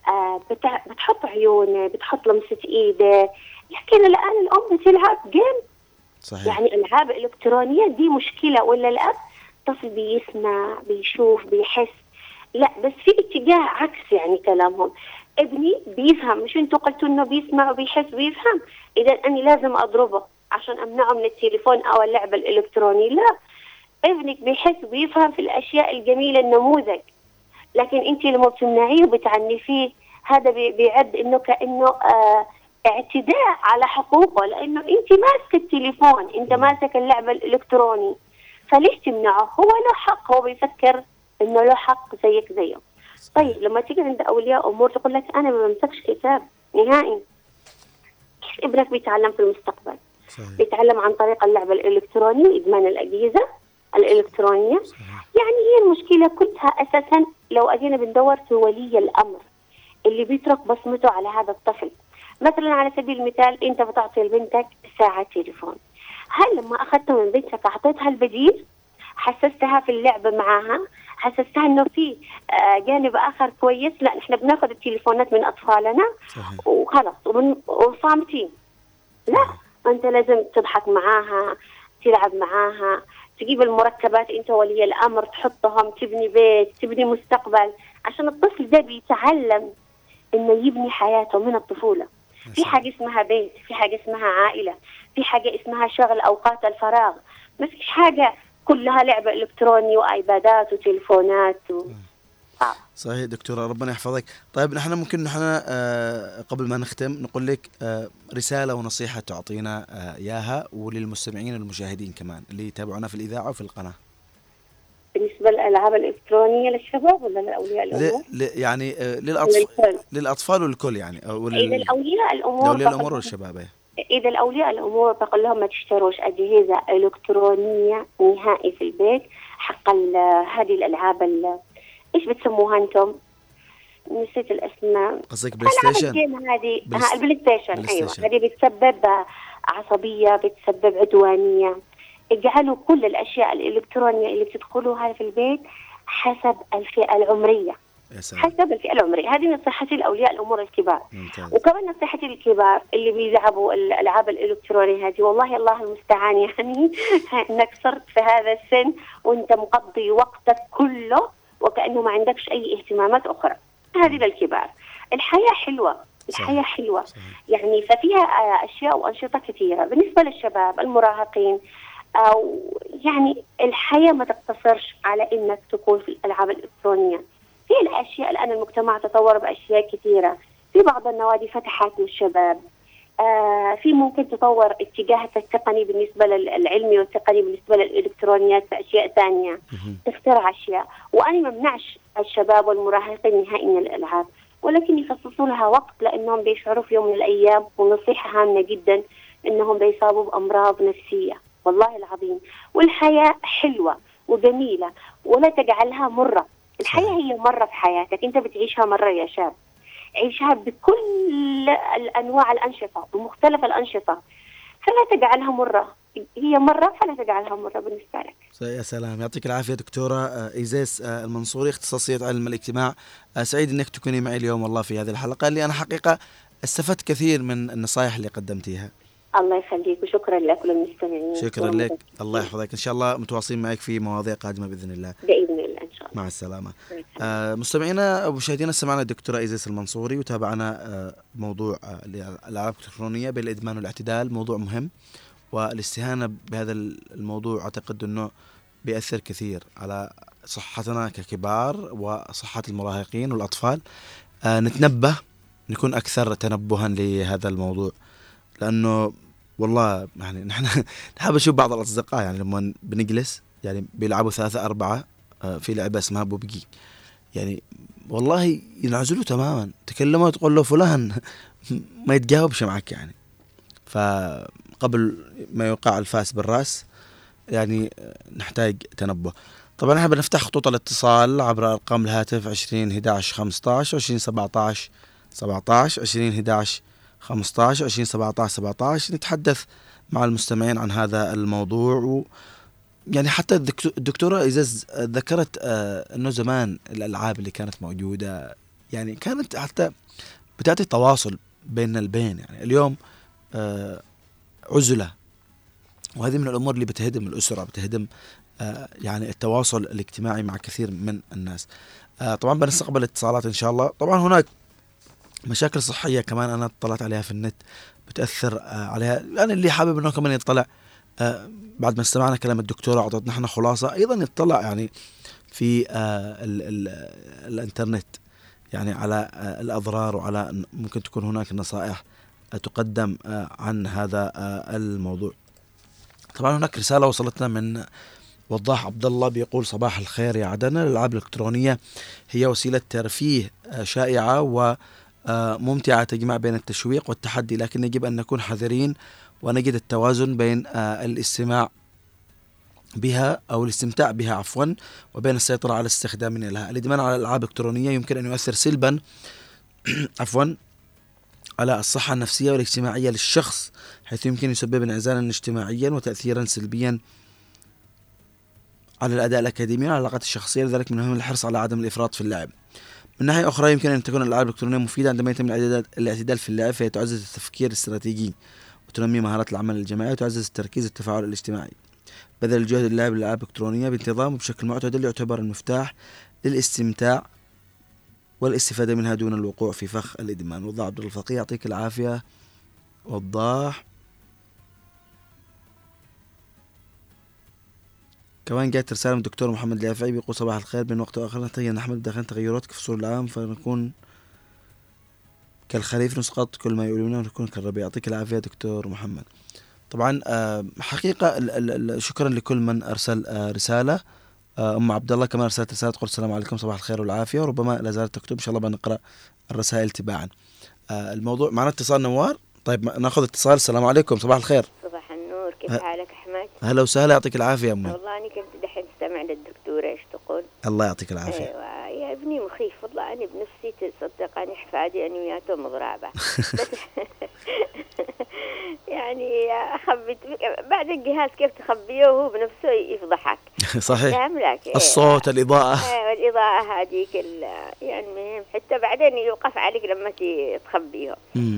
بتحط عيونه، بتحط لمسة ايده، لكن الان الام بتلعب جيم. صحيح. يعني العاب الكترونية دي مشكلة، ولا الاب طفل بيسمع بيشوف بيحس، لا بس في اتجاه عكس يعني كلامهم. ابني بيفهم، مش انتوا قلتوا انه بيسمع وبيحس بيفهم، اذا انا لازم اضربه عشان امنعه من التليفون او اللعبة الالكترونية. لا، ابنك بيحس وبيفهم في الاشياء الجميلة النموذج، لكن انت لما بتمنعيه وبتعنفيه هذا بيعد انه كانه اعتداء على حقوقه، لانه انت ماسك التليفون، انت ماسك اللعبة الالكتروني، فليش تمنعه؟ هو له حق، هو بيفكر انه له حق زيك زيه. طيب لما تيجي عند اولياء امور تقول لك انا ما بمسكش كتاب نهائي، كيف ابنك بيتعلم في المستقبل؟ صحيح. بيتعلم عن طريق اللعبة الالكترونية، ادمان الاجهزة الالكترونية. صحيح. يعني هي المشكلة كلها اساسا لو اجينا بندور في ولي الامر اللي بيترك بصمته على هذا الطفل. مثلا على سبيل المثال انت بتعطي لبنتك ساعة تليفون، هل لما اخذتها من بنتك اعطيتها البديل؟ حسستها في اللعبة معها؟ حسستها انه في جانب اخر كويس؟ لا، نحن بناخذ التليفونات من اطفالنا وخلص وصامتين. لا، انت لازم تضحك معاها، تلعب معاها، تجيب المركبات انت ولي الامر، تحطهم، تبني بيت، تبني مستقبل، عشان الطفل ده بيتعلم انه يبني حياته من الطفولة. في حاجة اسمها بيت، في حاجة اسمها عائلة، في حاجة اسمها شغل اوقات الفراغ، ما فيش حاجة كلها لعبة إلكتروني وآيبادات وتليفونات صحيح دكتورة، ربنا يحفظك. طيب نحن قبل ما نختم نقول لك رسالة ونصيحة تعطينا إياها وللمستمعين والمشاهدين كمان اللي يتابعونا في الإذاعة وفي القناة. بالنسبة للألعاب الإلكترونية للشباب ولا لأولياء الأمور؟ يعني للأطفال والكل يعني، إذا الأولياء الأمور والشباب. إذا الأولياء الأمور بقول لهم ما تشتروش أجهزة إلكترونية نهائي في البيت حق هذه الألعاب إيش بتسموها أنتم؟ نسيت الأسماء. قصدك بلاي ستيشن؟ هذه البلاي ستيشن. أيوة، هذه بتسبب عصبية، بتسبب عدوانية. اجعلوا كل الأشياء الإلكترونية اللي بتدخلوها في البيت حسب الفئة العمرية. حسب الفئة العمرية. هذه نصيحتي لأولياء الأمور الكبار. ممتاز. وكمان نصيحتي للكبار اللي بيلعبوا الألعاب الإلكترونية هذه، والله الله المستعان يعني إنك صرت في هذا السن وإنت مقضي وقتك كله وكأنه ما عندكش أي اهتمامات أخرى. هذه للكبار. الحياة حلوة، الحياة حلوة يعني، ففيها أشياء وأنشطة كثيرة. بالنسبة للشباب المراهقين أو يعني الحياة ما تقتصرش على إنك تكون في الألعاب الإلكترونية. في الأشياء الآن المجتمع تطور بأشياء كثيرة، في بعض النوادي فتحت للشباب، في ممكن تطور اتجاهات التقني بالنسبة للعلمي والتقني بالنسبة للإلكترونيات في أشياء ثانية، تخترع أشياء. وأنا ما منعش الشباب والمراهقين نهائي من الألعاب، ولكن يخصصوا لها وقت لأنهم بيشعروا في يوم من الأيام، ونصيحة هامة جدا، إنهم بيصابوا بأمراض نفسية والله العظيم. والحياة حلوة وجميلة ولا تجعلها مرة. الحياة هي مرة في حياتك، أنت بتعيشها مرة يا شاب، عيشها بكل الأنواع الأنشطة بمختلف الأنشطة، فلا تجعلها مرة. هي مرة فلا تجعلها مرة بالنسبة لك. يا سلام، يعطيك العافية دكتورة إيزيس المنصوري، اختصاصية علم الاجتماع. سعيد أنك تكوني معي اليوم والله في هذه الحلقة اللي أنا حقيقة استفدت كثير من النصائح اللي قدمتيها. الله يخليك وشكرا لك وللمستمعين. شكرا لك، الله يحفظك. إن شاء الله متواصلين معك في مواضيع قادمة بإذن الله. بإذن الله إن شاء الله. مع السلامة. مستمعينا ومشاهدينا، سمعنا الدكتورة إيزيس المنصوري وتابعنا موضوع الألعاب الإلكترونية بالإدمان والاعتدال، موضوع مهم، والاستهانة بهذا الموضوع أعتقد أنه بيأثر كثير على صحتنا ككبار وصحة المراهقين والأطفال. نتنبه، نكون أكثر تنبها لهذا الموضوع، لأنه والله يعني نحن نحب نشوف بعض الأصدقاء يعني لما بنجلس يعني بيلعبوا 3-4 في لعبة اسمها بوبجي، يعني والله ينعزلوا تماما، تكلموا تقول له فلان ما يتجاوبش معك يعني. فقبل ما يوقع الفاس بالرأس يعني نحتاج تنبه. طبعا احنا بنفتح خطوط الاتصال عبر ارقام الهاتف 20 11 15 20 17 17 20 11 15 20 17 17 نتحدث مع المستمعين عن هذا الموضوع. يعني حتى الدكتورة إزاز ذكرت أنه زمان الألعاب اللي كانت موجودة يعني كانت حتى بتعطي تواصل بين البين. يعني اليوم عزلة، وهذه من الأمور اللي بتهدم الأسرة، بتهدم يعني التواصل الاجتماعي مع كثير من الناس. طبعا بنستقبل اتصالات إن شاء الله. طبعا هناك مشاكل صحية كمان أنا اطلعت عليها في النت بتأثر عليها، يعني اللي حابب أنه كمان يطلع بعد ما استمعنا كلام الدكتورة أعطتنا احنا خلاصة، أيضا يطلع يعني في الانترنت يعني على الأضرار وعلى ممكن تكون هناك نصائح تقدم عن هذا الموضوع. طبعا هناك رسالة وصلتنا من وضاح عبد الله بيقول: صباح الخير يا عدن، الألعاب الإلكترونية هي وسيلة ترفيه شائعة وممتعة تجمع بين التشويق والتحدي، لكن يجب أن نكون حذرين ونجد التوازن بين الاستماع بها أو الاستمتاع بها عفوا وبين السيطرة على استخدامنا لها. الإدمان على الألعاب الإلكترونية يمكن أن يؤثر سلبا عفوا على الصحة النفسية والاجتماعية للشخص، حيث يمكن يسبب انعزالا اجتماعيا وتأثيرا سلبيا على الأداء الأكاديمي وعلى العلاقات الشخصية. لذلك من المهم الحرص على عدم الإفراط في اللعب. من ناحية أخرى يمكن أن تكون الألعاب الإلكترونية مفيدة عندما يتم الاعتدال في اللعب، فهي تعزز التفكير الاستراتيجي وتنمي مهارات العمل الجماعي وتعزز التركيز والتفاعل الاجتماعي. بذل الجهد اللعب للألعاب الإلكترونية بانتظام وبشكل معتدل يعتبر المفتاح للاستمتاع والاستفادة منها دون الوقوع في فخ الإدمان. وضاح عبد الفقيه، يعطيك العافية وضاح. كمان جاءت رسالة من الدكتور محمد اليافعي بيقول: صباح الخير، بين وقت وآخر نحمل داخل تغيرات في فصول العام فنكون كالخريف نسقط كل ما يقولونه ونكون كالربيع. يعطيك العافية دكتور محمد. طبعا حقيقة شكرا لكل من أرسل رسالة. أم عبد الله كمان أرسلت رسالة تقول: السلام عليكم، صباح الخير والعافية، وربما لا زالت تكتب، إن شاء الله بنقرأ الرسائل تباعا. الموضوع معنا اتصال نوار. طيب ناخذ اتصال. السلام عليكم، صباح الخير. صباح النور، كيف حالك أحمد؟ هلا وسهلا، يعطيك العافية أمي. والله أنا كنت دحين استمع للدكتورة إيش تقول. الله يعطيك العافية. أيوة يا ابني مخيف والله، أنا بنفسي تصدقني حفادي أنا وياته مضرابة يعني أخبي بعد الجهاز كيف تخبيه وهو بنفسه يفضحك. صحيح. الصوت، الإضاءة. الإضاءة هذيك يعني حتى بعدين يوقف عليك لما تخبيه.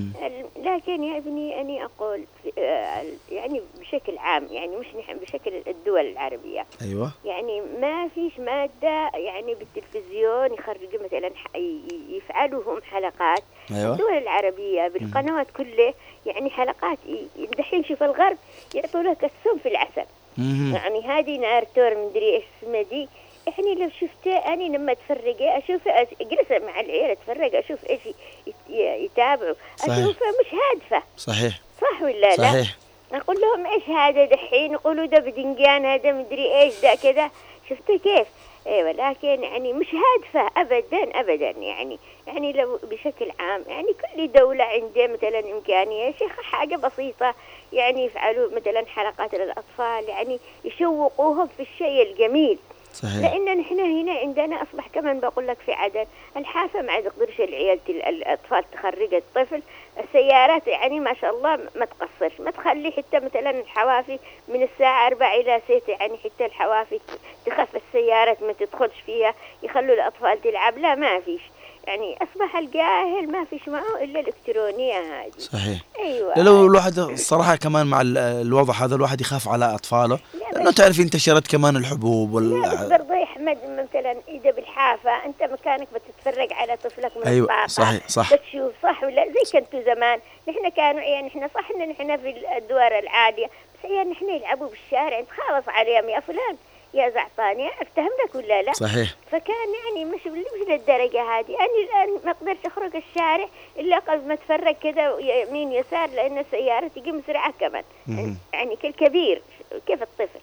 لكن يا ابني أنا أقول يعني بشكل عام، يعني مش نحن بشكل الدول العربية. أيوة. يعني ما فيش مادة يعني بالتلفزيون يخرجوا مثلا يفعلوا هم حلقات. أيوة. الدول العربية بالقنوات كله يعني حلقات دحين شوف الغرب يعطوا لك السم في العسل. يعني هذه نارتور مدري ايش اسمها دي، يعني لو شفته أنا لما أتفرج أشوف أجلس مع العيال أتفرج أشوف إيش يتابعوا، أشوفه مش هادفة. صحيح. صح ولا لا؟ صحيح. أقول لهم إيش هذا دحين، يقولوا ده بدنجان، هذا مدري إيش ده كذا، شفتوا كيف؟ إيه ولكن يعني مش هادفة أبدا أبدا. يعني لو بشكل عام يعني كل دولة عندها مثلا إمكانية شيخ حاجة بسيطة يعني يفعلوا مثلا حلقات للأطفال، يعني يشوقوهم في الشيء الجميل. صحيح. لأن نحن هنا عندنا أصبح كمان بقول لك في عدن الحافة ما تقدرش العيال الأطفال تخرج الطفل، السيارات يعني ما شاء الله ما تقصرش، ما تخلي حتى مثلا الحوافي من الساعة 4 إلى 6 يعني حتى الحوافي تخف السيارات ما تدخلش فيها، يخلوا الأطفال تلعب، لا ما فيش. يعني أصبح الجاهل ما فيش معه إلا الإلكترونية هذه. صحيح. أيوة. لو الواحد الصراحة كمان مع الوضع هذا الواحد يخاف على أطفاله، لأنه تعرف انتشرت كمان الحبوب لا بس برضه يا أحمد مثلا إذا بالحافة أنت مكانك بتتفرج على طفلك من أيوة. الطاقة. صحيح. صح. بتشوف صح ولا زي كنتوا زمان نحن كانوا يعني نحن صح إن نحن في الأدوار العالية، بس يعني نحن يلعبوا بالشارع تخلص عليهم يا فلان يا زعطاني، افتهمتك ولا لا؟ صحيح. فكان يعني مش للدرجة هذه. أنا الآن ما أقدرش أخرج الشارع إلا قبل ما أتفرج كذا يمين يسار، لأن السيارة تيجي مسرعة كمان. يعني كالكبير كيف الطفل.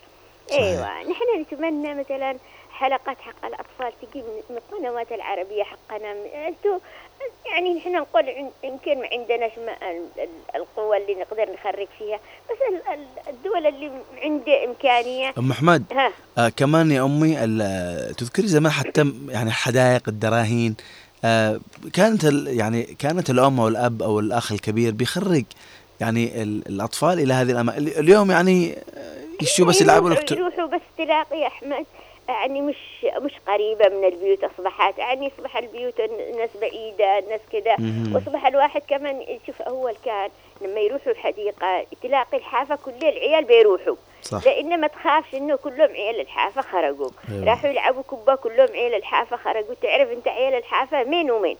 ايوه نحن نتمنى مثلا حلقات حق الاطفال تجي من القنوات العربيه حقنا. انتوا يعني نحن نقول يمكن ما عندناش القوه اللي نقدر نخرج فيها، بس الدول اللي عنده امكانيه. ام احمد كمان يا امي تذكري زمان حتى يعني حدائق الدراهين كانت الام او الاب او الاخ الكبير بيخرج يعني الاطفال الى هذه الاماكن. اليوم يعني يشوا بس يلعبوا يروحوا بس تلاقي يا احمد يعني مش قريبه من البيوت، اصبحت يعني اصبح البيوت الناس بعيده الناس كده، واصبح الواحد كمان يشوف اول كان لما يروحوا الحديقه تلاقي الحافه كل العيال بيروحوا صح. لان ما تخافش انه كلهم عيال الحافه خرجوا راحوا يلعبوا كبه كلهم عيال الحافه خرجوا. تعرف انت عيال الحافه مين ومين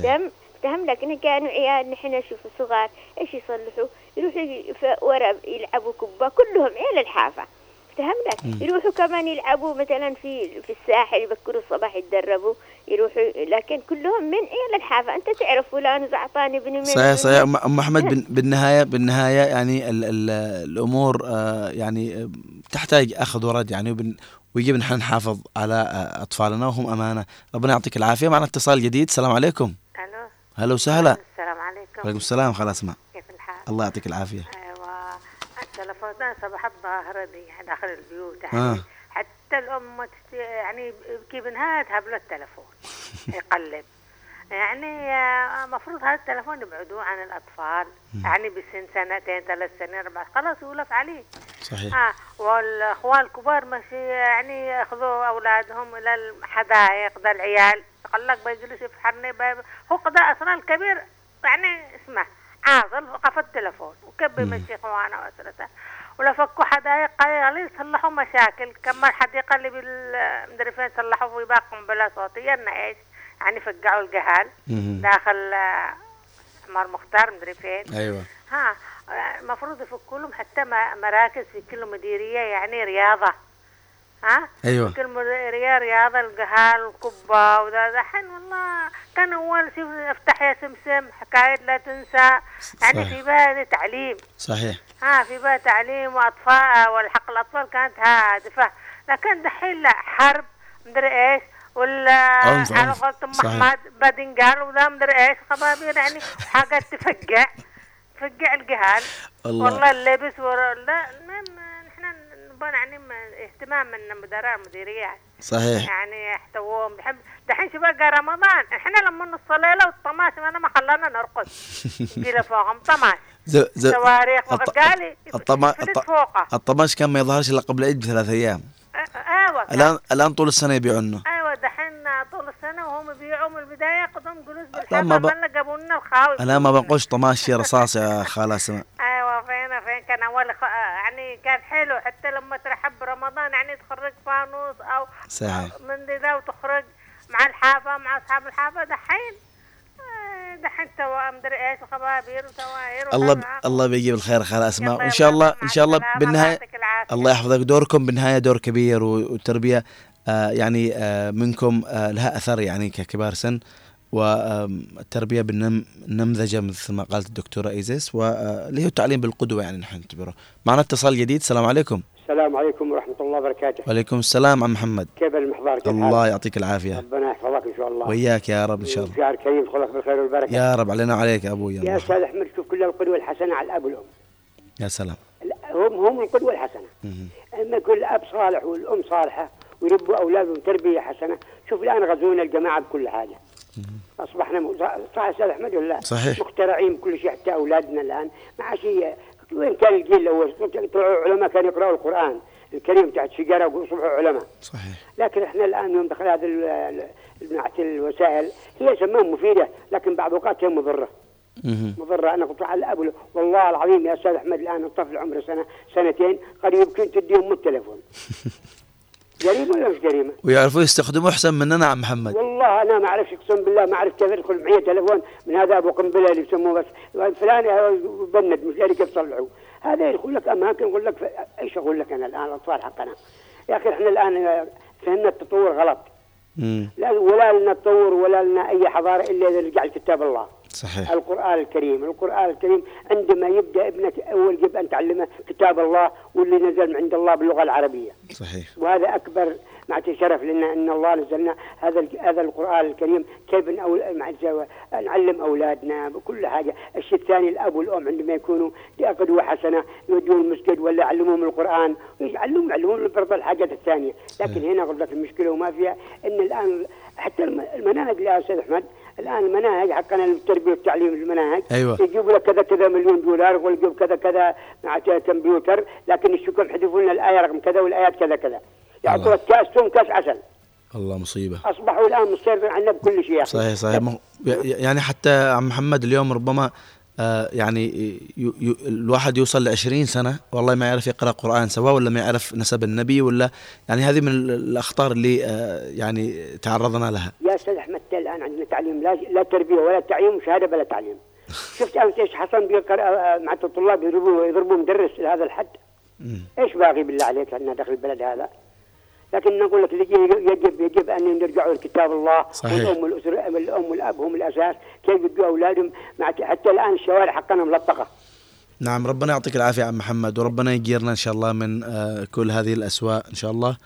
تهم لكن كانوا عيال نحن نشوف صغار ايش يصلحوا يروحوا ورا يلعبوا كبه كلهم عيال الحافه تهم لك. يروحوا كمان يلعبوا مثلا في الساحل يبكروا الصباح يتدربوا يروحوا، لكن كلهم من عيال الحافه. انت تعرف فلان زعطاني ابن من صحيح ام احمد. بالنهايه يعني الامور يعني تحتاج اخذ ورد يعني ويجب نحن نحافظ على اطفالنا وهم امانه. ربنا يعطيك العافيه. معنا اتصال جديد. السلام عليكم. الو. هلا وسهلا. السلام عليكم. وعليكم السلام. خلاص اسمع. كيف الحال؟ الله يعطيك العافيه. التلفونات صباحت ظاهرة دي داخل البيوت يعني حتى الأم يعني يبكي بنها تهب له التلفون يقلب. يعني مفروض هذا التلفون يبعدوه عن الأطفال يعني بسن 2 3 سنين 4 خلاص يولف عليه. صحيح. والأخوان الكبار ماشي يعني ياخذوا أولادهم إلى الحدائق ده العيال يقلق بيجلس يفحرني هو قضاء أصلا الكبير يعني اسمه عاطل وقف التلفون وكب يمشي اخوانه واسرته ولا فكوا حدائق قليل صلحوا مشاكل. كما الحديقه اللي بالمدري فين صلحوا في باقي قنبله صوتيه انه ايش يعني فقعوا الجهال داخل عمار مختار مدري فين. ايوه المفروض يفكوا لهم حتى مراكز في كل مديريه يعني رياضه. ايوه كل مديريه رياضه الجهال والكبه وذا دحين والله كان اول شيء افتح يا سمسم حكايه لا تنسى يعني في بها تعليم. صحيح. في بها تعليم واطفال والحق الاطفال كانت هادفه، لكن دحين لا حرب مدري ايش ولا على قولة ام احمد بدنقال وذا مدري ايش خبابير يعني حاجات تفقع الجهال. والله اللبس لا يعني اهتمام من مدراء المديريات. صحيح. يعني يحتوهم دحين شباب رمضان احنا لما نص الليله والطماش انا ما خلانا نرقص جينا فوقهم طماش صواريخ وقالي الطماش كان ما يظهرش الا قبل العيد ب3 أيام. ايوه الان طول السنه يبيعونه. ايوه دحين طول السنه وهم يبيعوا من البدايه قدهم جلوس بالحافه ما جابوا لنا الخاوي. انا ما بنقولش طماش رصاص يا خاله اسماء. ايوه فين كان اول يعني كان حلو حتى لما ترحب برمضان يعني تخرج فانوس او صحيح من ذا وتخرج مع الحافه مع اصحاب الحافه. دحين مدري ايش وخبابير وسواير الله بيجيب الخير خاله اسماء. وان شاء الله بالنهايه الله يحفظك. دوركم بالنهايه دور كبير والتربيه يعني منكم لها اثر يعني ككبار سن، والتربيه بالنمذجه مثل ما قالت الدكتوره ايزيس واللي هو التعليم بالقدوه يعني نحن نعتبره. معنا اتصال جديد. السلام عليكم. السلام عليكم ورحمه الله وبركاته. وعليكم السلام عم محمد. كيف المحضار؟ الله يعطيك العافيه. ربنا يحفظك ان شاء الله. وياك يا رب ان شاء الله. شهر كريم يدخلك بالخير والبركه يا رب علينا وعليك يا ابوي. يا استاذ احمد شوف كل القدوه الحسنه على الاب والام. يا سلام. هم القدوه الحسنه. اما كل اب صالح والام صالحه ويربوا اولادهم تربيه حسنه. شوف الان غزونا الجماعه بكل حاجه. اصبحنا صح استاذ احمد ولا صحيح مخترعين بكل شيء. حتى اولادنا الان مع شيء وين كان الجيل الاول طلعوا علماء كانوا يقراوا القران الكريم تحت شجره وصبحوا علماء. صحيح. لكن احنا الان يوم دخل هذه الوسائل هي زمان مفيده لكن بعض الاوقات هي مضره. مضره. انا قلت على الاب والله العظيم يا استاذ احمد الان الطفل عمره سنه سنتين قد يمكن تديهم التليفون. جريمه ولا مش جريمه؟ ويعرفوا يستخدموه احسن مننا عم محمد. والله انا ما اعرفش اقسم بالله ما اعرف كيف يدخل معي تليفون من هذا ابو قنبله اللي يسموه بس فلان بند مش عارف كيف تصلحوه. هذا يقول لك اماكن يقول لك ايش اقول لك انا الان الاطفال حقنا يا اخي احنا الان فهمنا التطور غلط. لا ولا لنا تطور ولا لنا اي حضاره الا اذا رجع لكتاب الله. صحيح. القرآن الكريم عندما يبدأ ابنك أول جب أن تعلمه كتاب الله واللي نزل من عند الله باللغة العربية. صحيح. وهذا أكبر شرف لنا أن الله نزلنا هذا القرآن الكريم. كيف نعلم أولادنا بكل حاجة. الشيء الثاني الأب والأم عندما يكونوا قدوة حسنة يودون المسجد ولا يعلموهم القرآن يعلمون برضه الحاجات الثانية. لكن هنا قلت لك المشكلة وما فيها إن الآن حتى المناهج يا أستاذ أحمد، الآن المناهج حقنا التربية والتعليم المناهج أيوة. يجيبوا لك كذا مليون دولار ويجيبوا كذا مع كمبيوتر، لكن الشكم حذفوا لنا الآية رقم كذا والآيات كذا يعطوا كاس توم كاس عسل. الله مصيبة. أصبحوا الآن مستيرين عنا بكل شيء. صحيح. يعني حتى عم محمد اليوم ربما يعني الواحد يوصل ل20 سنة والله ما يعرف يقرأ قرآن سواء ولا ما يعرف نسب النبي ولا يعني هذه من الأخطار اللي يعني تعرضنا لها. يا أستاذ أحمد الآن عندنا تعليم لا تربية ولا تعليم وشهادة بلا تعليم. شفت أنت إيش حصل مع الطلاب يضربوا مدرس لهذا الحد. إيش باقي بالله عليك عندنا داخل البلد هذا. لكن نقول لك يجب أن يرجعوا لكتاب الله. صحيح. والأم والأب هم الأساس. كيف يدوا أولادهم حتى الآن الشوارع حقنا ملطقة. نعم ربنا يعطيك العافية عم محمد وربنا يجيرنا إن شاء الله من كل هذه الأسواء إن شاء الله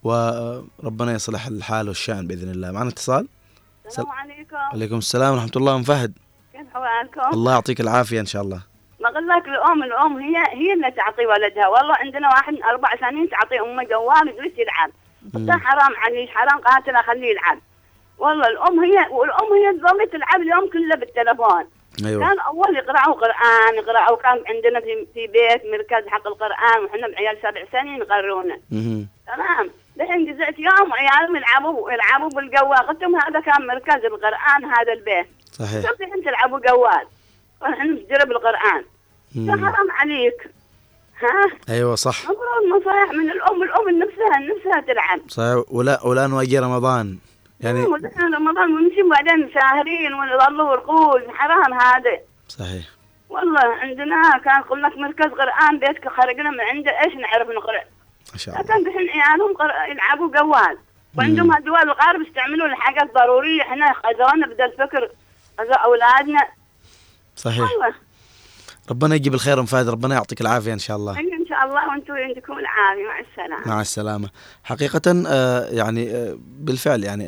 وربنا يصلح الحال والشأن بإذن الله. معنا اتصال. السلام عليكم. عليكم السلام ورحمة الله. أم فهد كيف حوالكم؟ الله يعطيك العافية إن شاء الله. ما قلت لك الأم هي اللي تعطي ولدها. والله عندنا واحد 4 سنين تعطي أمه جوال يجلس يلعب. قلت حرام عليك حرام قاتله خليه يلعب. والله الأم هي تظل تلعب اليوم كله بالتلفون. أيوة. كان أول يقرأوا قرآن كان عندنا في بيت مركز حق القرآن وإحنا بعيال 7 سنين يقرونا. تمام. الحين جزعت يوم عيالهم يلعبوا بالجوال. قلت لهم هذا كان مركز القرآن هذا البيت. صحيح. شوف الحين تلعبوا جوال ونحن نجرب القرآن. حرام عليك. ها؟ أيوة صح. مفروض نصائح من الأم نفسها تلعب. صحيح. ولا نواجه رمضان يعني. رمضان ونمشي بعدين شاهرين ونظلوا رقود حرام هذا. صحيح. والله عندنا كان يقول لك مركز قرآن بيتك خرجنا من عنده إيش نعرف نقرأ. ما شاء الله. لكن الحين عيالهم يلعبوا جوال وعندهم هالجوال الغارب يستعملوا الحاجات ضرورية. إحنا خذونا بدل الفكر خذوا أولادنا. صحيح. والله. ربنا يجيب الخير أم فهد ربنا يعطيك العافية إن شاء الله. إن شاء الله وأنتم عندكم العافية. مع السلامة. مع السلامة. حقيقة يعني بالفعل يعني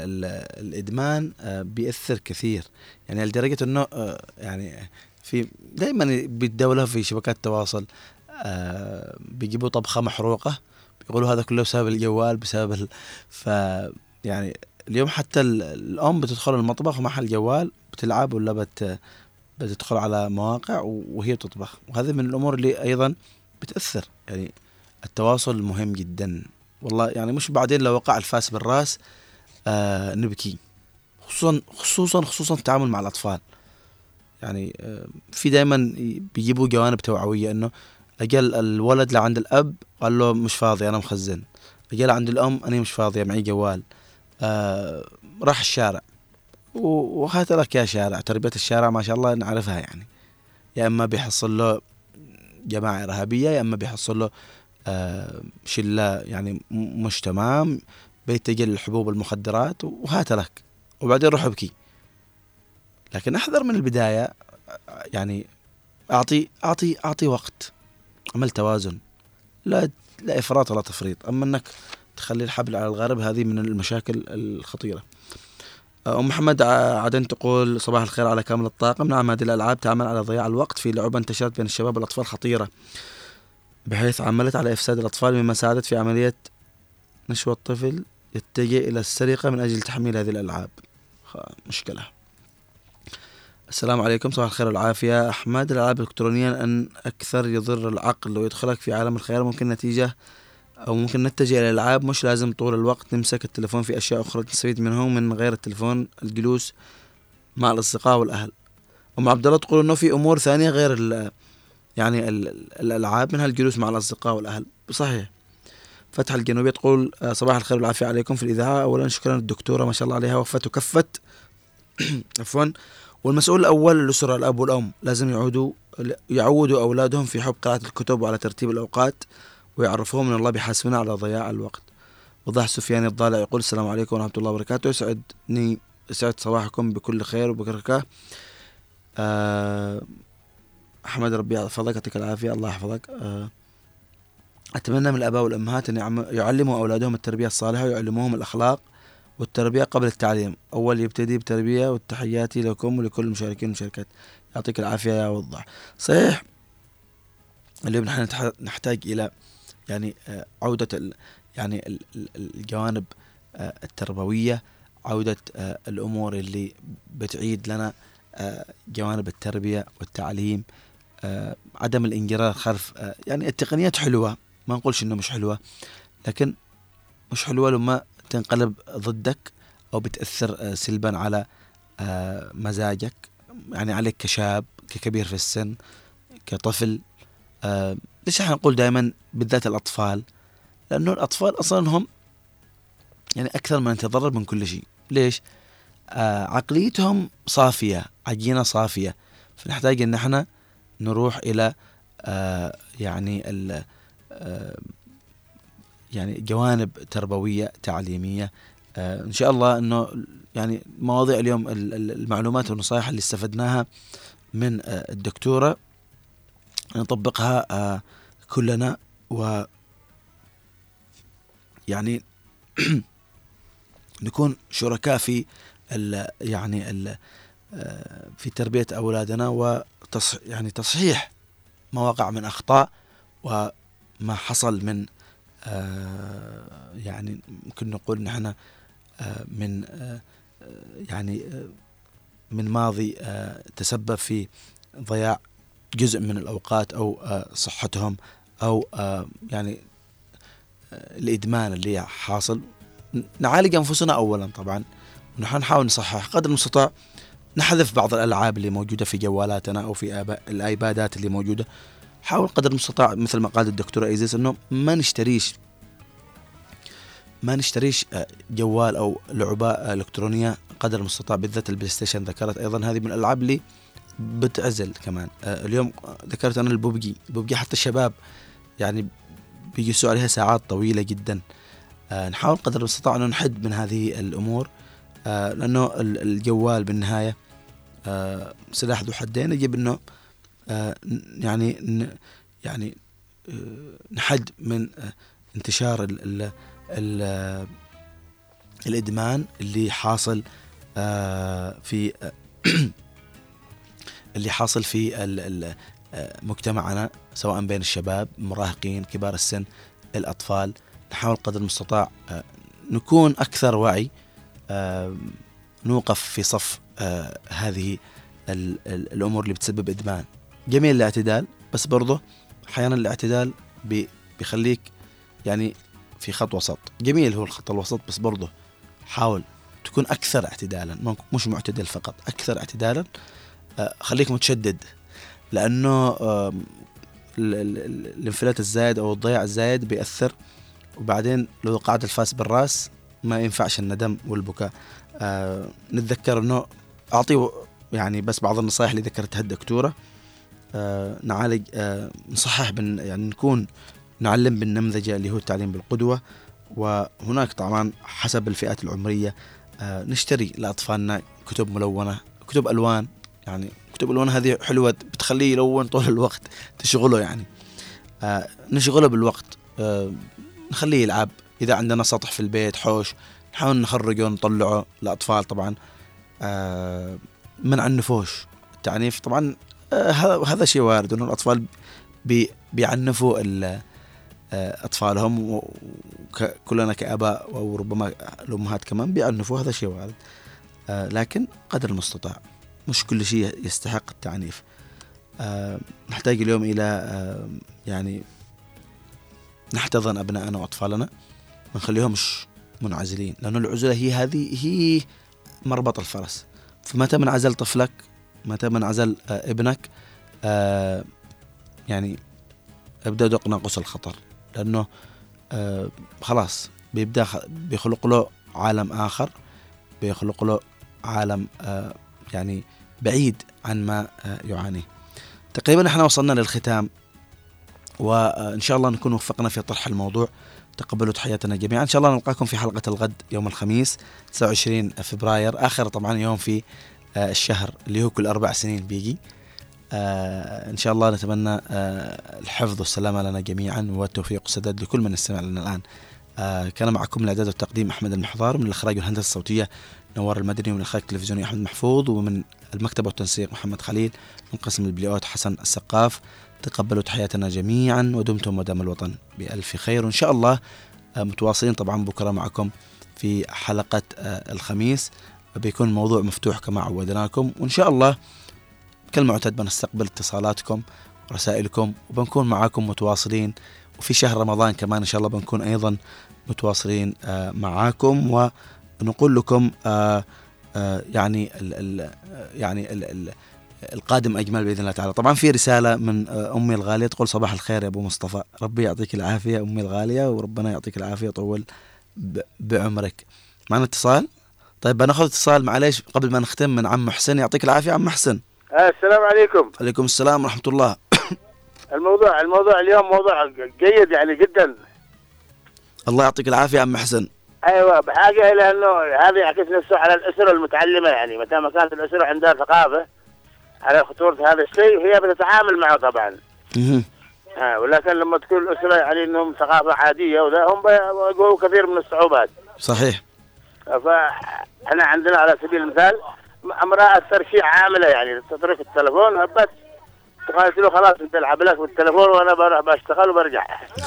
الإدمان بيأثر كثير يعني لدرجة إنه يعني في دائما بالدولة في شبكات التواصل بيجيبوا طبخة محروقة بيقولوا هذا كله بسبب الجوال بسبب يعني اليوم حتى الأم بتدخل المطبخ ومعها الجوال بتلعب ولا بتدخل على مواقع وهي تطبخ. وهذا من الأمور اللي أيضا بتأثر يعني. التواصل مهم جدا والله يعني. مش بعدين لو وقع الفاس بالراس نبكي خصوصا التعامل مع الأطفال يعني. في دائما بيجيبوا جوانب توعوية إنه أجل الولد لعند الأب قال له مش فاضي أنا مخزن. أجل عند الأم أنا مش فاضي معي جوال. راح الشارع وهات لك يا شارع. تربية الشارع ما شاء الله نعرفها يعني. يا إما بيحصل له جماعة إرهابية يا إما بيحصل له شلة يعني مش تمام بيتجه للحبوب المخدرات وهات لك وبعدين روح ابكي. لكن أحذر من البداية يعني. أعطي وقت. عمل توازن لا إفراط ولا تفريط. أما أنك تخلي الحبل على الغارب هذه من المشاكل الخطيرة. أم محمد عدن تقول صباح الخير على كامل الطاقم. نعم هذه الألعاب تعمل على ضياع الوقت. في لعبة انتشرت بين الشباب والأطفال خطيرة بحيث عملت على إفساد الأطفال مما ساعدت في عملية نشوة الطفل يتجه إلى السرقة من أجل تحميل هذه الألعاب. مشكلة. السلام عليكم صباح الخير والعافية. أحمد الألعاب الإلكترونية أن أكثر يضر العقل ويدخلك في عالم الخيال. ممكن نتجه إلى الألعاب مش لازم طول الوقت نمسك التلفون. في أشياء أخرى نستفيد منهم من غير التلفون. الجلوس مع الأصدقاء والأهل. أم عبد الله تقول إنه في أمور ثانية غير يعني الألعاب منها الجلوس مع الأصدقاء والأهل. صحيح. فتح الجنوبية تقول صباح الخير والعافية عليكم في الإذاعة. أولا شكرا للدكتورة ما شاء الله عليها وفت وكفت عفوا. والمسؤول الأول الأسرة الأب والأم لازم يعودوا أولادهم في حب قراءة الكتب وعلى ترتيب الأوقات ويعرفوهم من الله بيحاسبنا على ضياع الوقت. وضح سفيان الضالع يقول السلام عليكم ورحمة الله وبركاته. يسعد صباحكم بكل خير وبركة. أحمد ربي يحفظك، يعطيك العافية، الله يحفظك. أتمنى من الآباء والأمهات أن يعلموا أولادهم التربية الصالحة ويعلموهم الأخلاق والتربية قبل التعليم. أول يبتدي بتربية، والتحياتي لكم ولكل المشاركين والمشاركات، يعطيك العافية يا وضح. صحيح اليوم نحن نحتاج إلى يعني عودة يعني الجوانب التربوية، عودة الأمور اللي بتعيد لنا جوانب التربية والتعليم، عدم الانجرار خلف يعني التقنيات حلوة، ما نقولش إنه مش حلوة، لكن مش حلوة لما تنقلب ضدك أو بتأثر سلبا على مزاجك، يعني عليك كشاب، ككبير في السن، كطفل. ليش احنا نقول دائما بالذات الأطفال؟ لأنه الأطفال أصلا هم يعني أكثر من يتضرر من كل شيء. ليش؟ عقليتهم صافية، عجينة صافية، فنحتاج إن احنا نروح إلى يعني يعني جوانب تربوية تعليمية. إن شاء الله إنه يعني مواضيع اليوم المعلومات والنصائح اللي استفدناها من الدكتورة نطبقها كلنا، و يعني نكون شركاء في يعني في تربية أولادنا يعني تصحيح ما وقع من أخطاء وما حصل من يعني ممكن نقول نحن من يعني من ماضي تسبب في ضياع جزء من الأوقات أو صحتهم أو يعني الإدمان اللي حاصل. نعالج أنفسنا أولا طبعا، ونحن نحاول نصحح قدر المستطاع، نحذف بعض الألعاب اللي موجودة في جوالاتنا أو في الآيبادات اللي موجودة. حاول قدر المستطاع مثل ما قال الدكتورة إيزيس إنه ما نشتريش جوال أو لعبة إلكترونية قدر المستطاع، بالذات البلاي ستيشن. ذكرت أيضا هذه من الألعاب اللي بتعزل كمان. اليوم ذكرت أنا البوبجي حتى الشباب يعني بيجلسوا عليها ساعات طويلة جدا. نحاول قدر المستطاع أنه نحد من هذه الأمور، لأنه الجوال بالنهاية سلاح ذو حدين. يجب أنه يعني نحد من انتشار الإدمان اللي حاصل في اللي حاصل في مجتمعنا، سواء بين الشباب، المراهقين، كبار السن، الأطفال. نحاول قدر المستطاع نكون أكثر وعي، نوقف في صف هذه الأمور اللي بتسبب إدمان. جميل الاعتدال، بس برضه أحيانا الاعتدال بيخليك يعني في خط وسط. جميل هو الخط الوسط، بس برضه حاول تكون أكثر اعتدالا، مش معتدل فقط، أكثر اعتدالا. خليك متشدد، لأنه الانفلات الزايد أو الضياع الزايد بيأثر، وبعدين لو قعد الفاس بالراس ما ينفعش الندم والبكاء. نتذكر أنه أعطيه يعني بس بعض النصائح اللي ذكرتها الدكتورة. نعالج نصحح يعني نعلم بالنمذجة اللي هو التعليم بالقدوة. وهناك طبعا حسب الفئات العمرية نشتري لأطفالنا كتب ملونة، كتب ألوان. يعني كتب الألوان هذه حلوة، بتخليه يلون طول الوقت، تشغله يعني نشغله بالوقت. نخليه يلعب، إذا عندنا سطح في البيت حوش نحاول نخرجه ونطلعه. الأطفال طبعا منع النفوش، التعنيف طبعا هذا شيء وارد، إنه الأطفال بيعنفوا أطفالهم، وكلنا كآباء أو ربما الأمهات كمان بيعنفوا، هذا شيء وارد. لكن قدر المستطاع مش كل شيء يستحق التعنيف. نحتاج اليوم إلى يعني نحتضن أبنائنا وأطفالنا، ما نخليهمش منعزلين، لأن العزلة هي مربط الفرس. فمتى من عزل طفلك، متى من عزل ابنك، يعني ابدأ دق ناقوس الخطر، لأنه خلاص بيخلق له عالم آخر، بيخلق له عالم يعني بعيد عن ما يعانيه. تقريبا احنا وصلنا للختام، وإن شاء الله نكون وفقنا في طرح الموضوع. تقبلوا تحياتنا جميعا. إن شاء الله نلقاكم في حلقة الغد يوم الخميس 29 فبراير، آخر طبعا يوم في الشهر اللي هو كل 4 سنين بيجي. إن شاء الله نتمنى الحفظ والسلامة لنا جميعا والتوفيق والسداد لكل من يستمع لنا الآن. كان معكم من الإعداد والتقديم أحمد المحضار، من الإخراج والهندسة الصوتية نوار المدني، ومن الإخراج التلفزيوني أحمد محفوظ، ومن المكتب والتنسيق محمد خليل، من قسم البليوت حسن السقاف. تقبلوا تحياتنا جميعا ودمتم ودام الوطن بألف خير. وإن شاء الله متواصلين طبعا بكرة معكم في حلقة الخميس، بيكون موضوع مفتوح كما عودناكم، وإن شاء الله كالمعتاد بنستقبل اتصالاتكم ورسائلكم وبنكون معاكم متواصلين. وفي شهر رمضان كمان إن شاء الله بنكون أيضا متواصلين معاكم، ونقول لكم يعني القادم أجمل بإذن الله تعالى. طبعا في رسالة من أمي الغالية تقول: صباح الخير يا أبو مصطفى، ربي يعطيك العافية أمي الغالية، وربنا يعطيك العافية طول بعمرك. معنا اتصال؟ طيب بناخذ اتصال معليش قبل ما نختم من عم حسين. يعطيك العافية عم حسن. السلام عليكم. عليكم السلام ورحمة الله. الموضوع اليوم موضوع جيد يعني جدا. الله يعطيك العافية عم حسن. ايوه، بحاجه الى انه هذا يعكس نفسه على الاسره المتعلمه، يعني متى ما كانت الاسره عندها ثقافه على خطوره هذا الشيء هي بتتعامل معه طبعا. ولكن لما تكون الاسره يعني انهم ثقافه عاديه وذا هم بيواجهوا كثير من الصعوبات. صحيح. فاحنا عندنا على سبيل المثال امراه اكثر شيء عامله، يعني تترك التلفون هبت قالت له خلاص انت العب لك بالتلفون وانا بروح بشتغل وبرجع.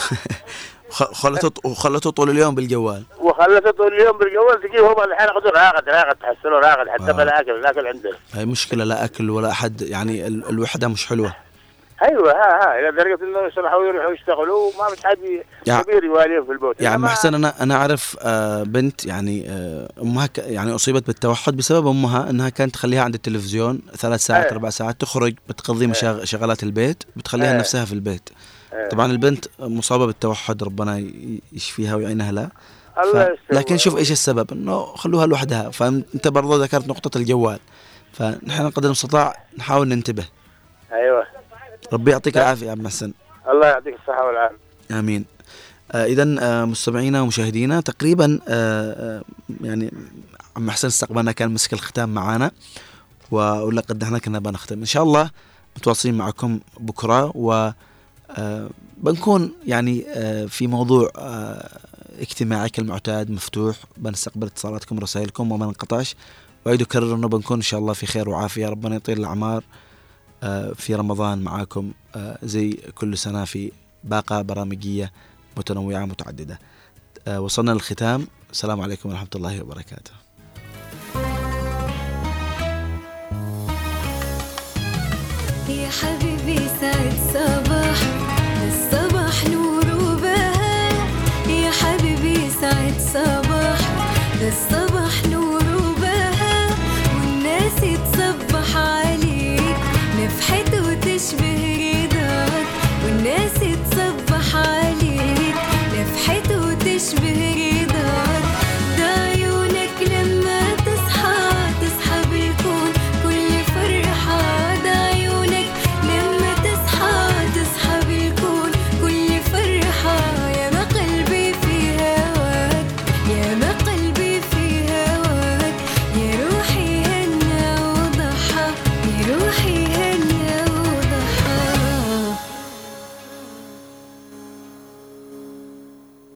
وخلته طول اليوم بالجوال. تجيه هو الحين راقد تحسله راقد حتى بلا اكل عنده. هاي مشكله، لا اكل ولا احد، يعني الوحده مش حلوه. ايوه الى درجه انه يصلحوا يروحوا يشتغلوا وما فيش حد كبير يواليهم في البيت. يعني محسن انا اعرف بنت يعني امها يعني اصيبت بالتوحد بسبب امها، انها كانت تخليها عند التلفزيون 3 ساعات 4 ساعات، تخرج بتقضي شغلات البيت بتخليها نفسها في البيت. طبعا البنت مصابه بالتوحد، ربنا يشفيها ويعينها لها. لكن شوف ايش السبب، انه خلوها لوحدها. فانت برضو ذكرت نقطه الجوال، فنحن قدر المستطاع نحاول ننتبه. ايوه، ربي يعطيك العافية يا عم حسن. الله يعطيك الصحة والعافية. آمين. إذا مستمعينا ومشاهدينا تقريبا يعني عم حسن استقبلنا، كان مسك الختام معانا ولا قد احنا كنا بنختم. إن شاء الله متواصلين معكم بكرة، وبنكون يعني في موضوع اجتماعي كالمعتاد مفتوح، بنستقبل اتصالاتكم ورسائلكم وما ننقطعش. وأعيد أكرر أنه بنكون إن شاء الله في خير وعافية، ربنا يطيل الأعمار في رمضان معاكم زي كل سنة في باقة برامجية متنوعة متعددة. وصلنا للختام. السلام عليكم ورحمة الله وبركاته. يا حبيبي سعد صباح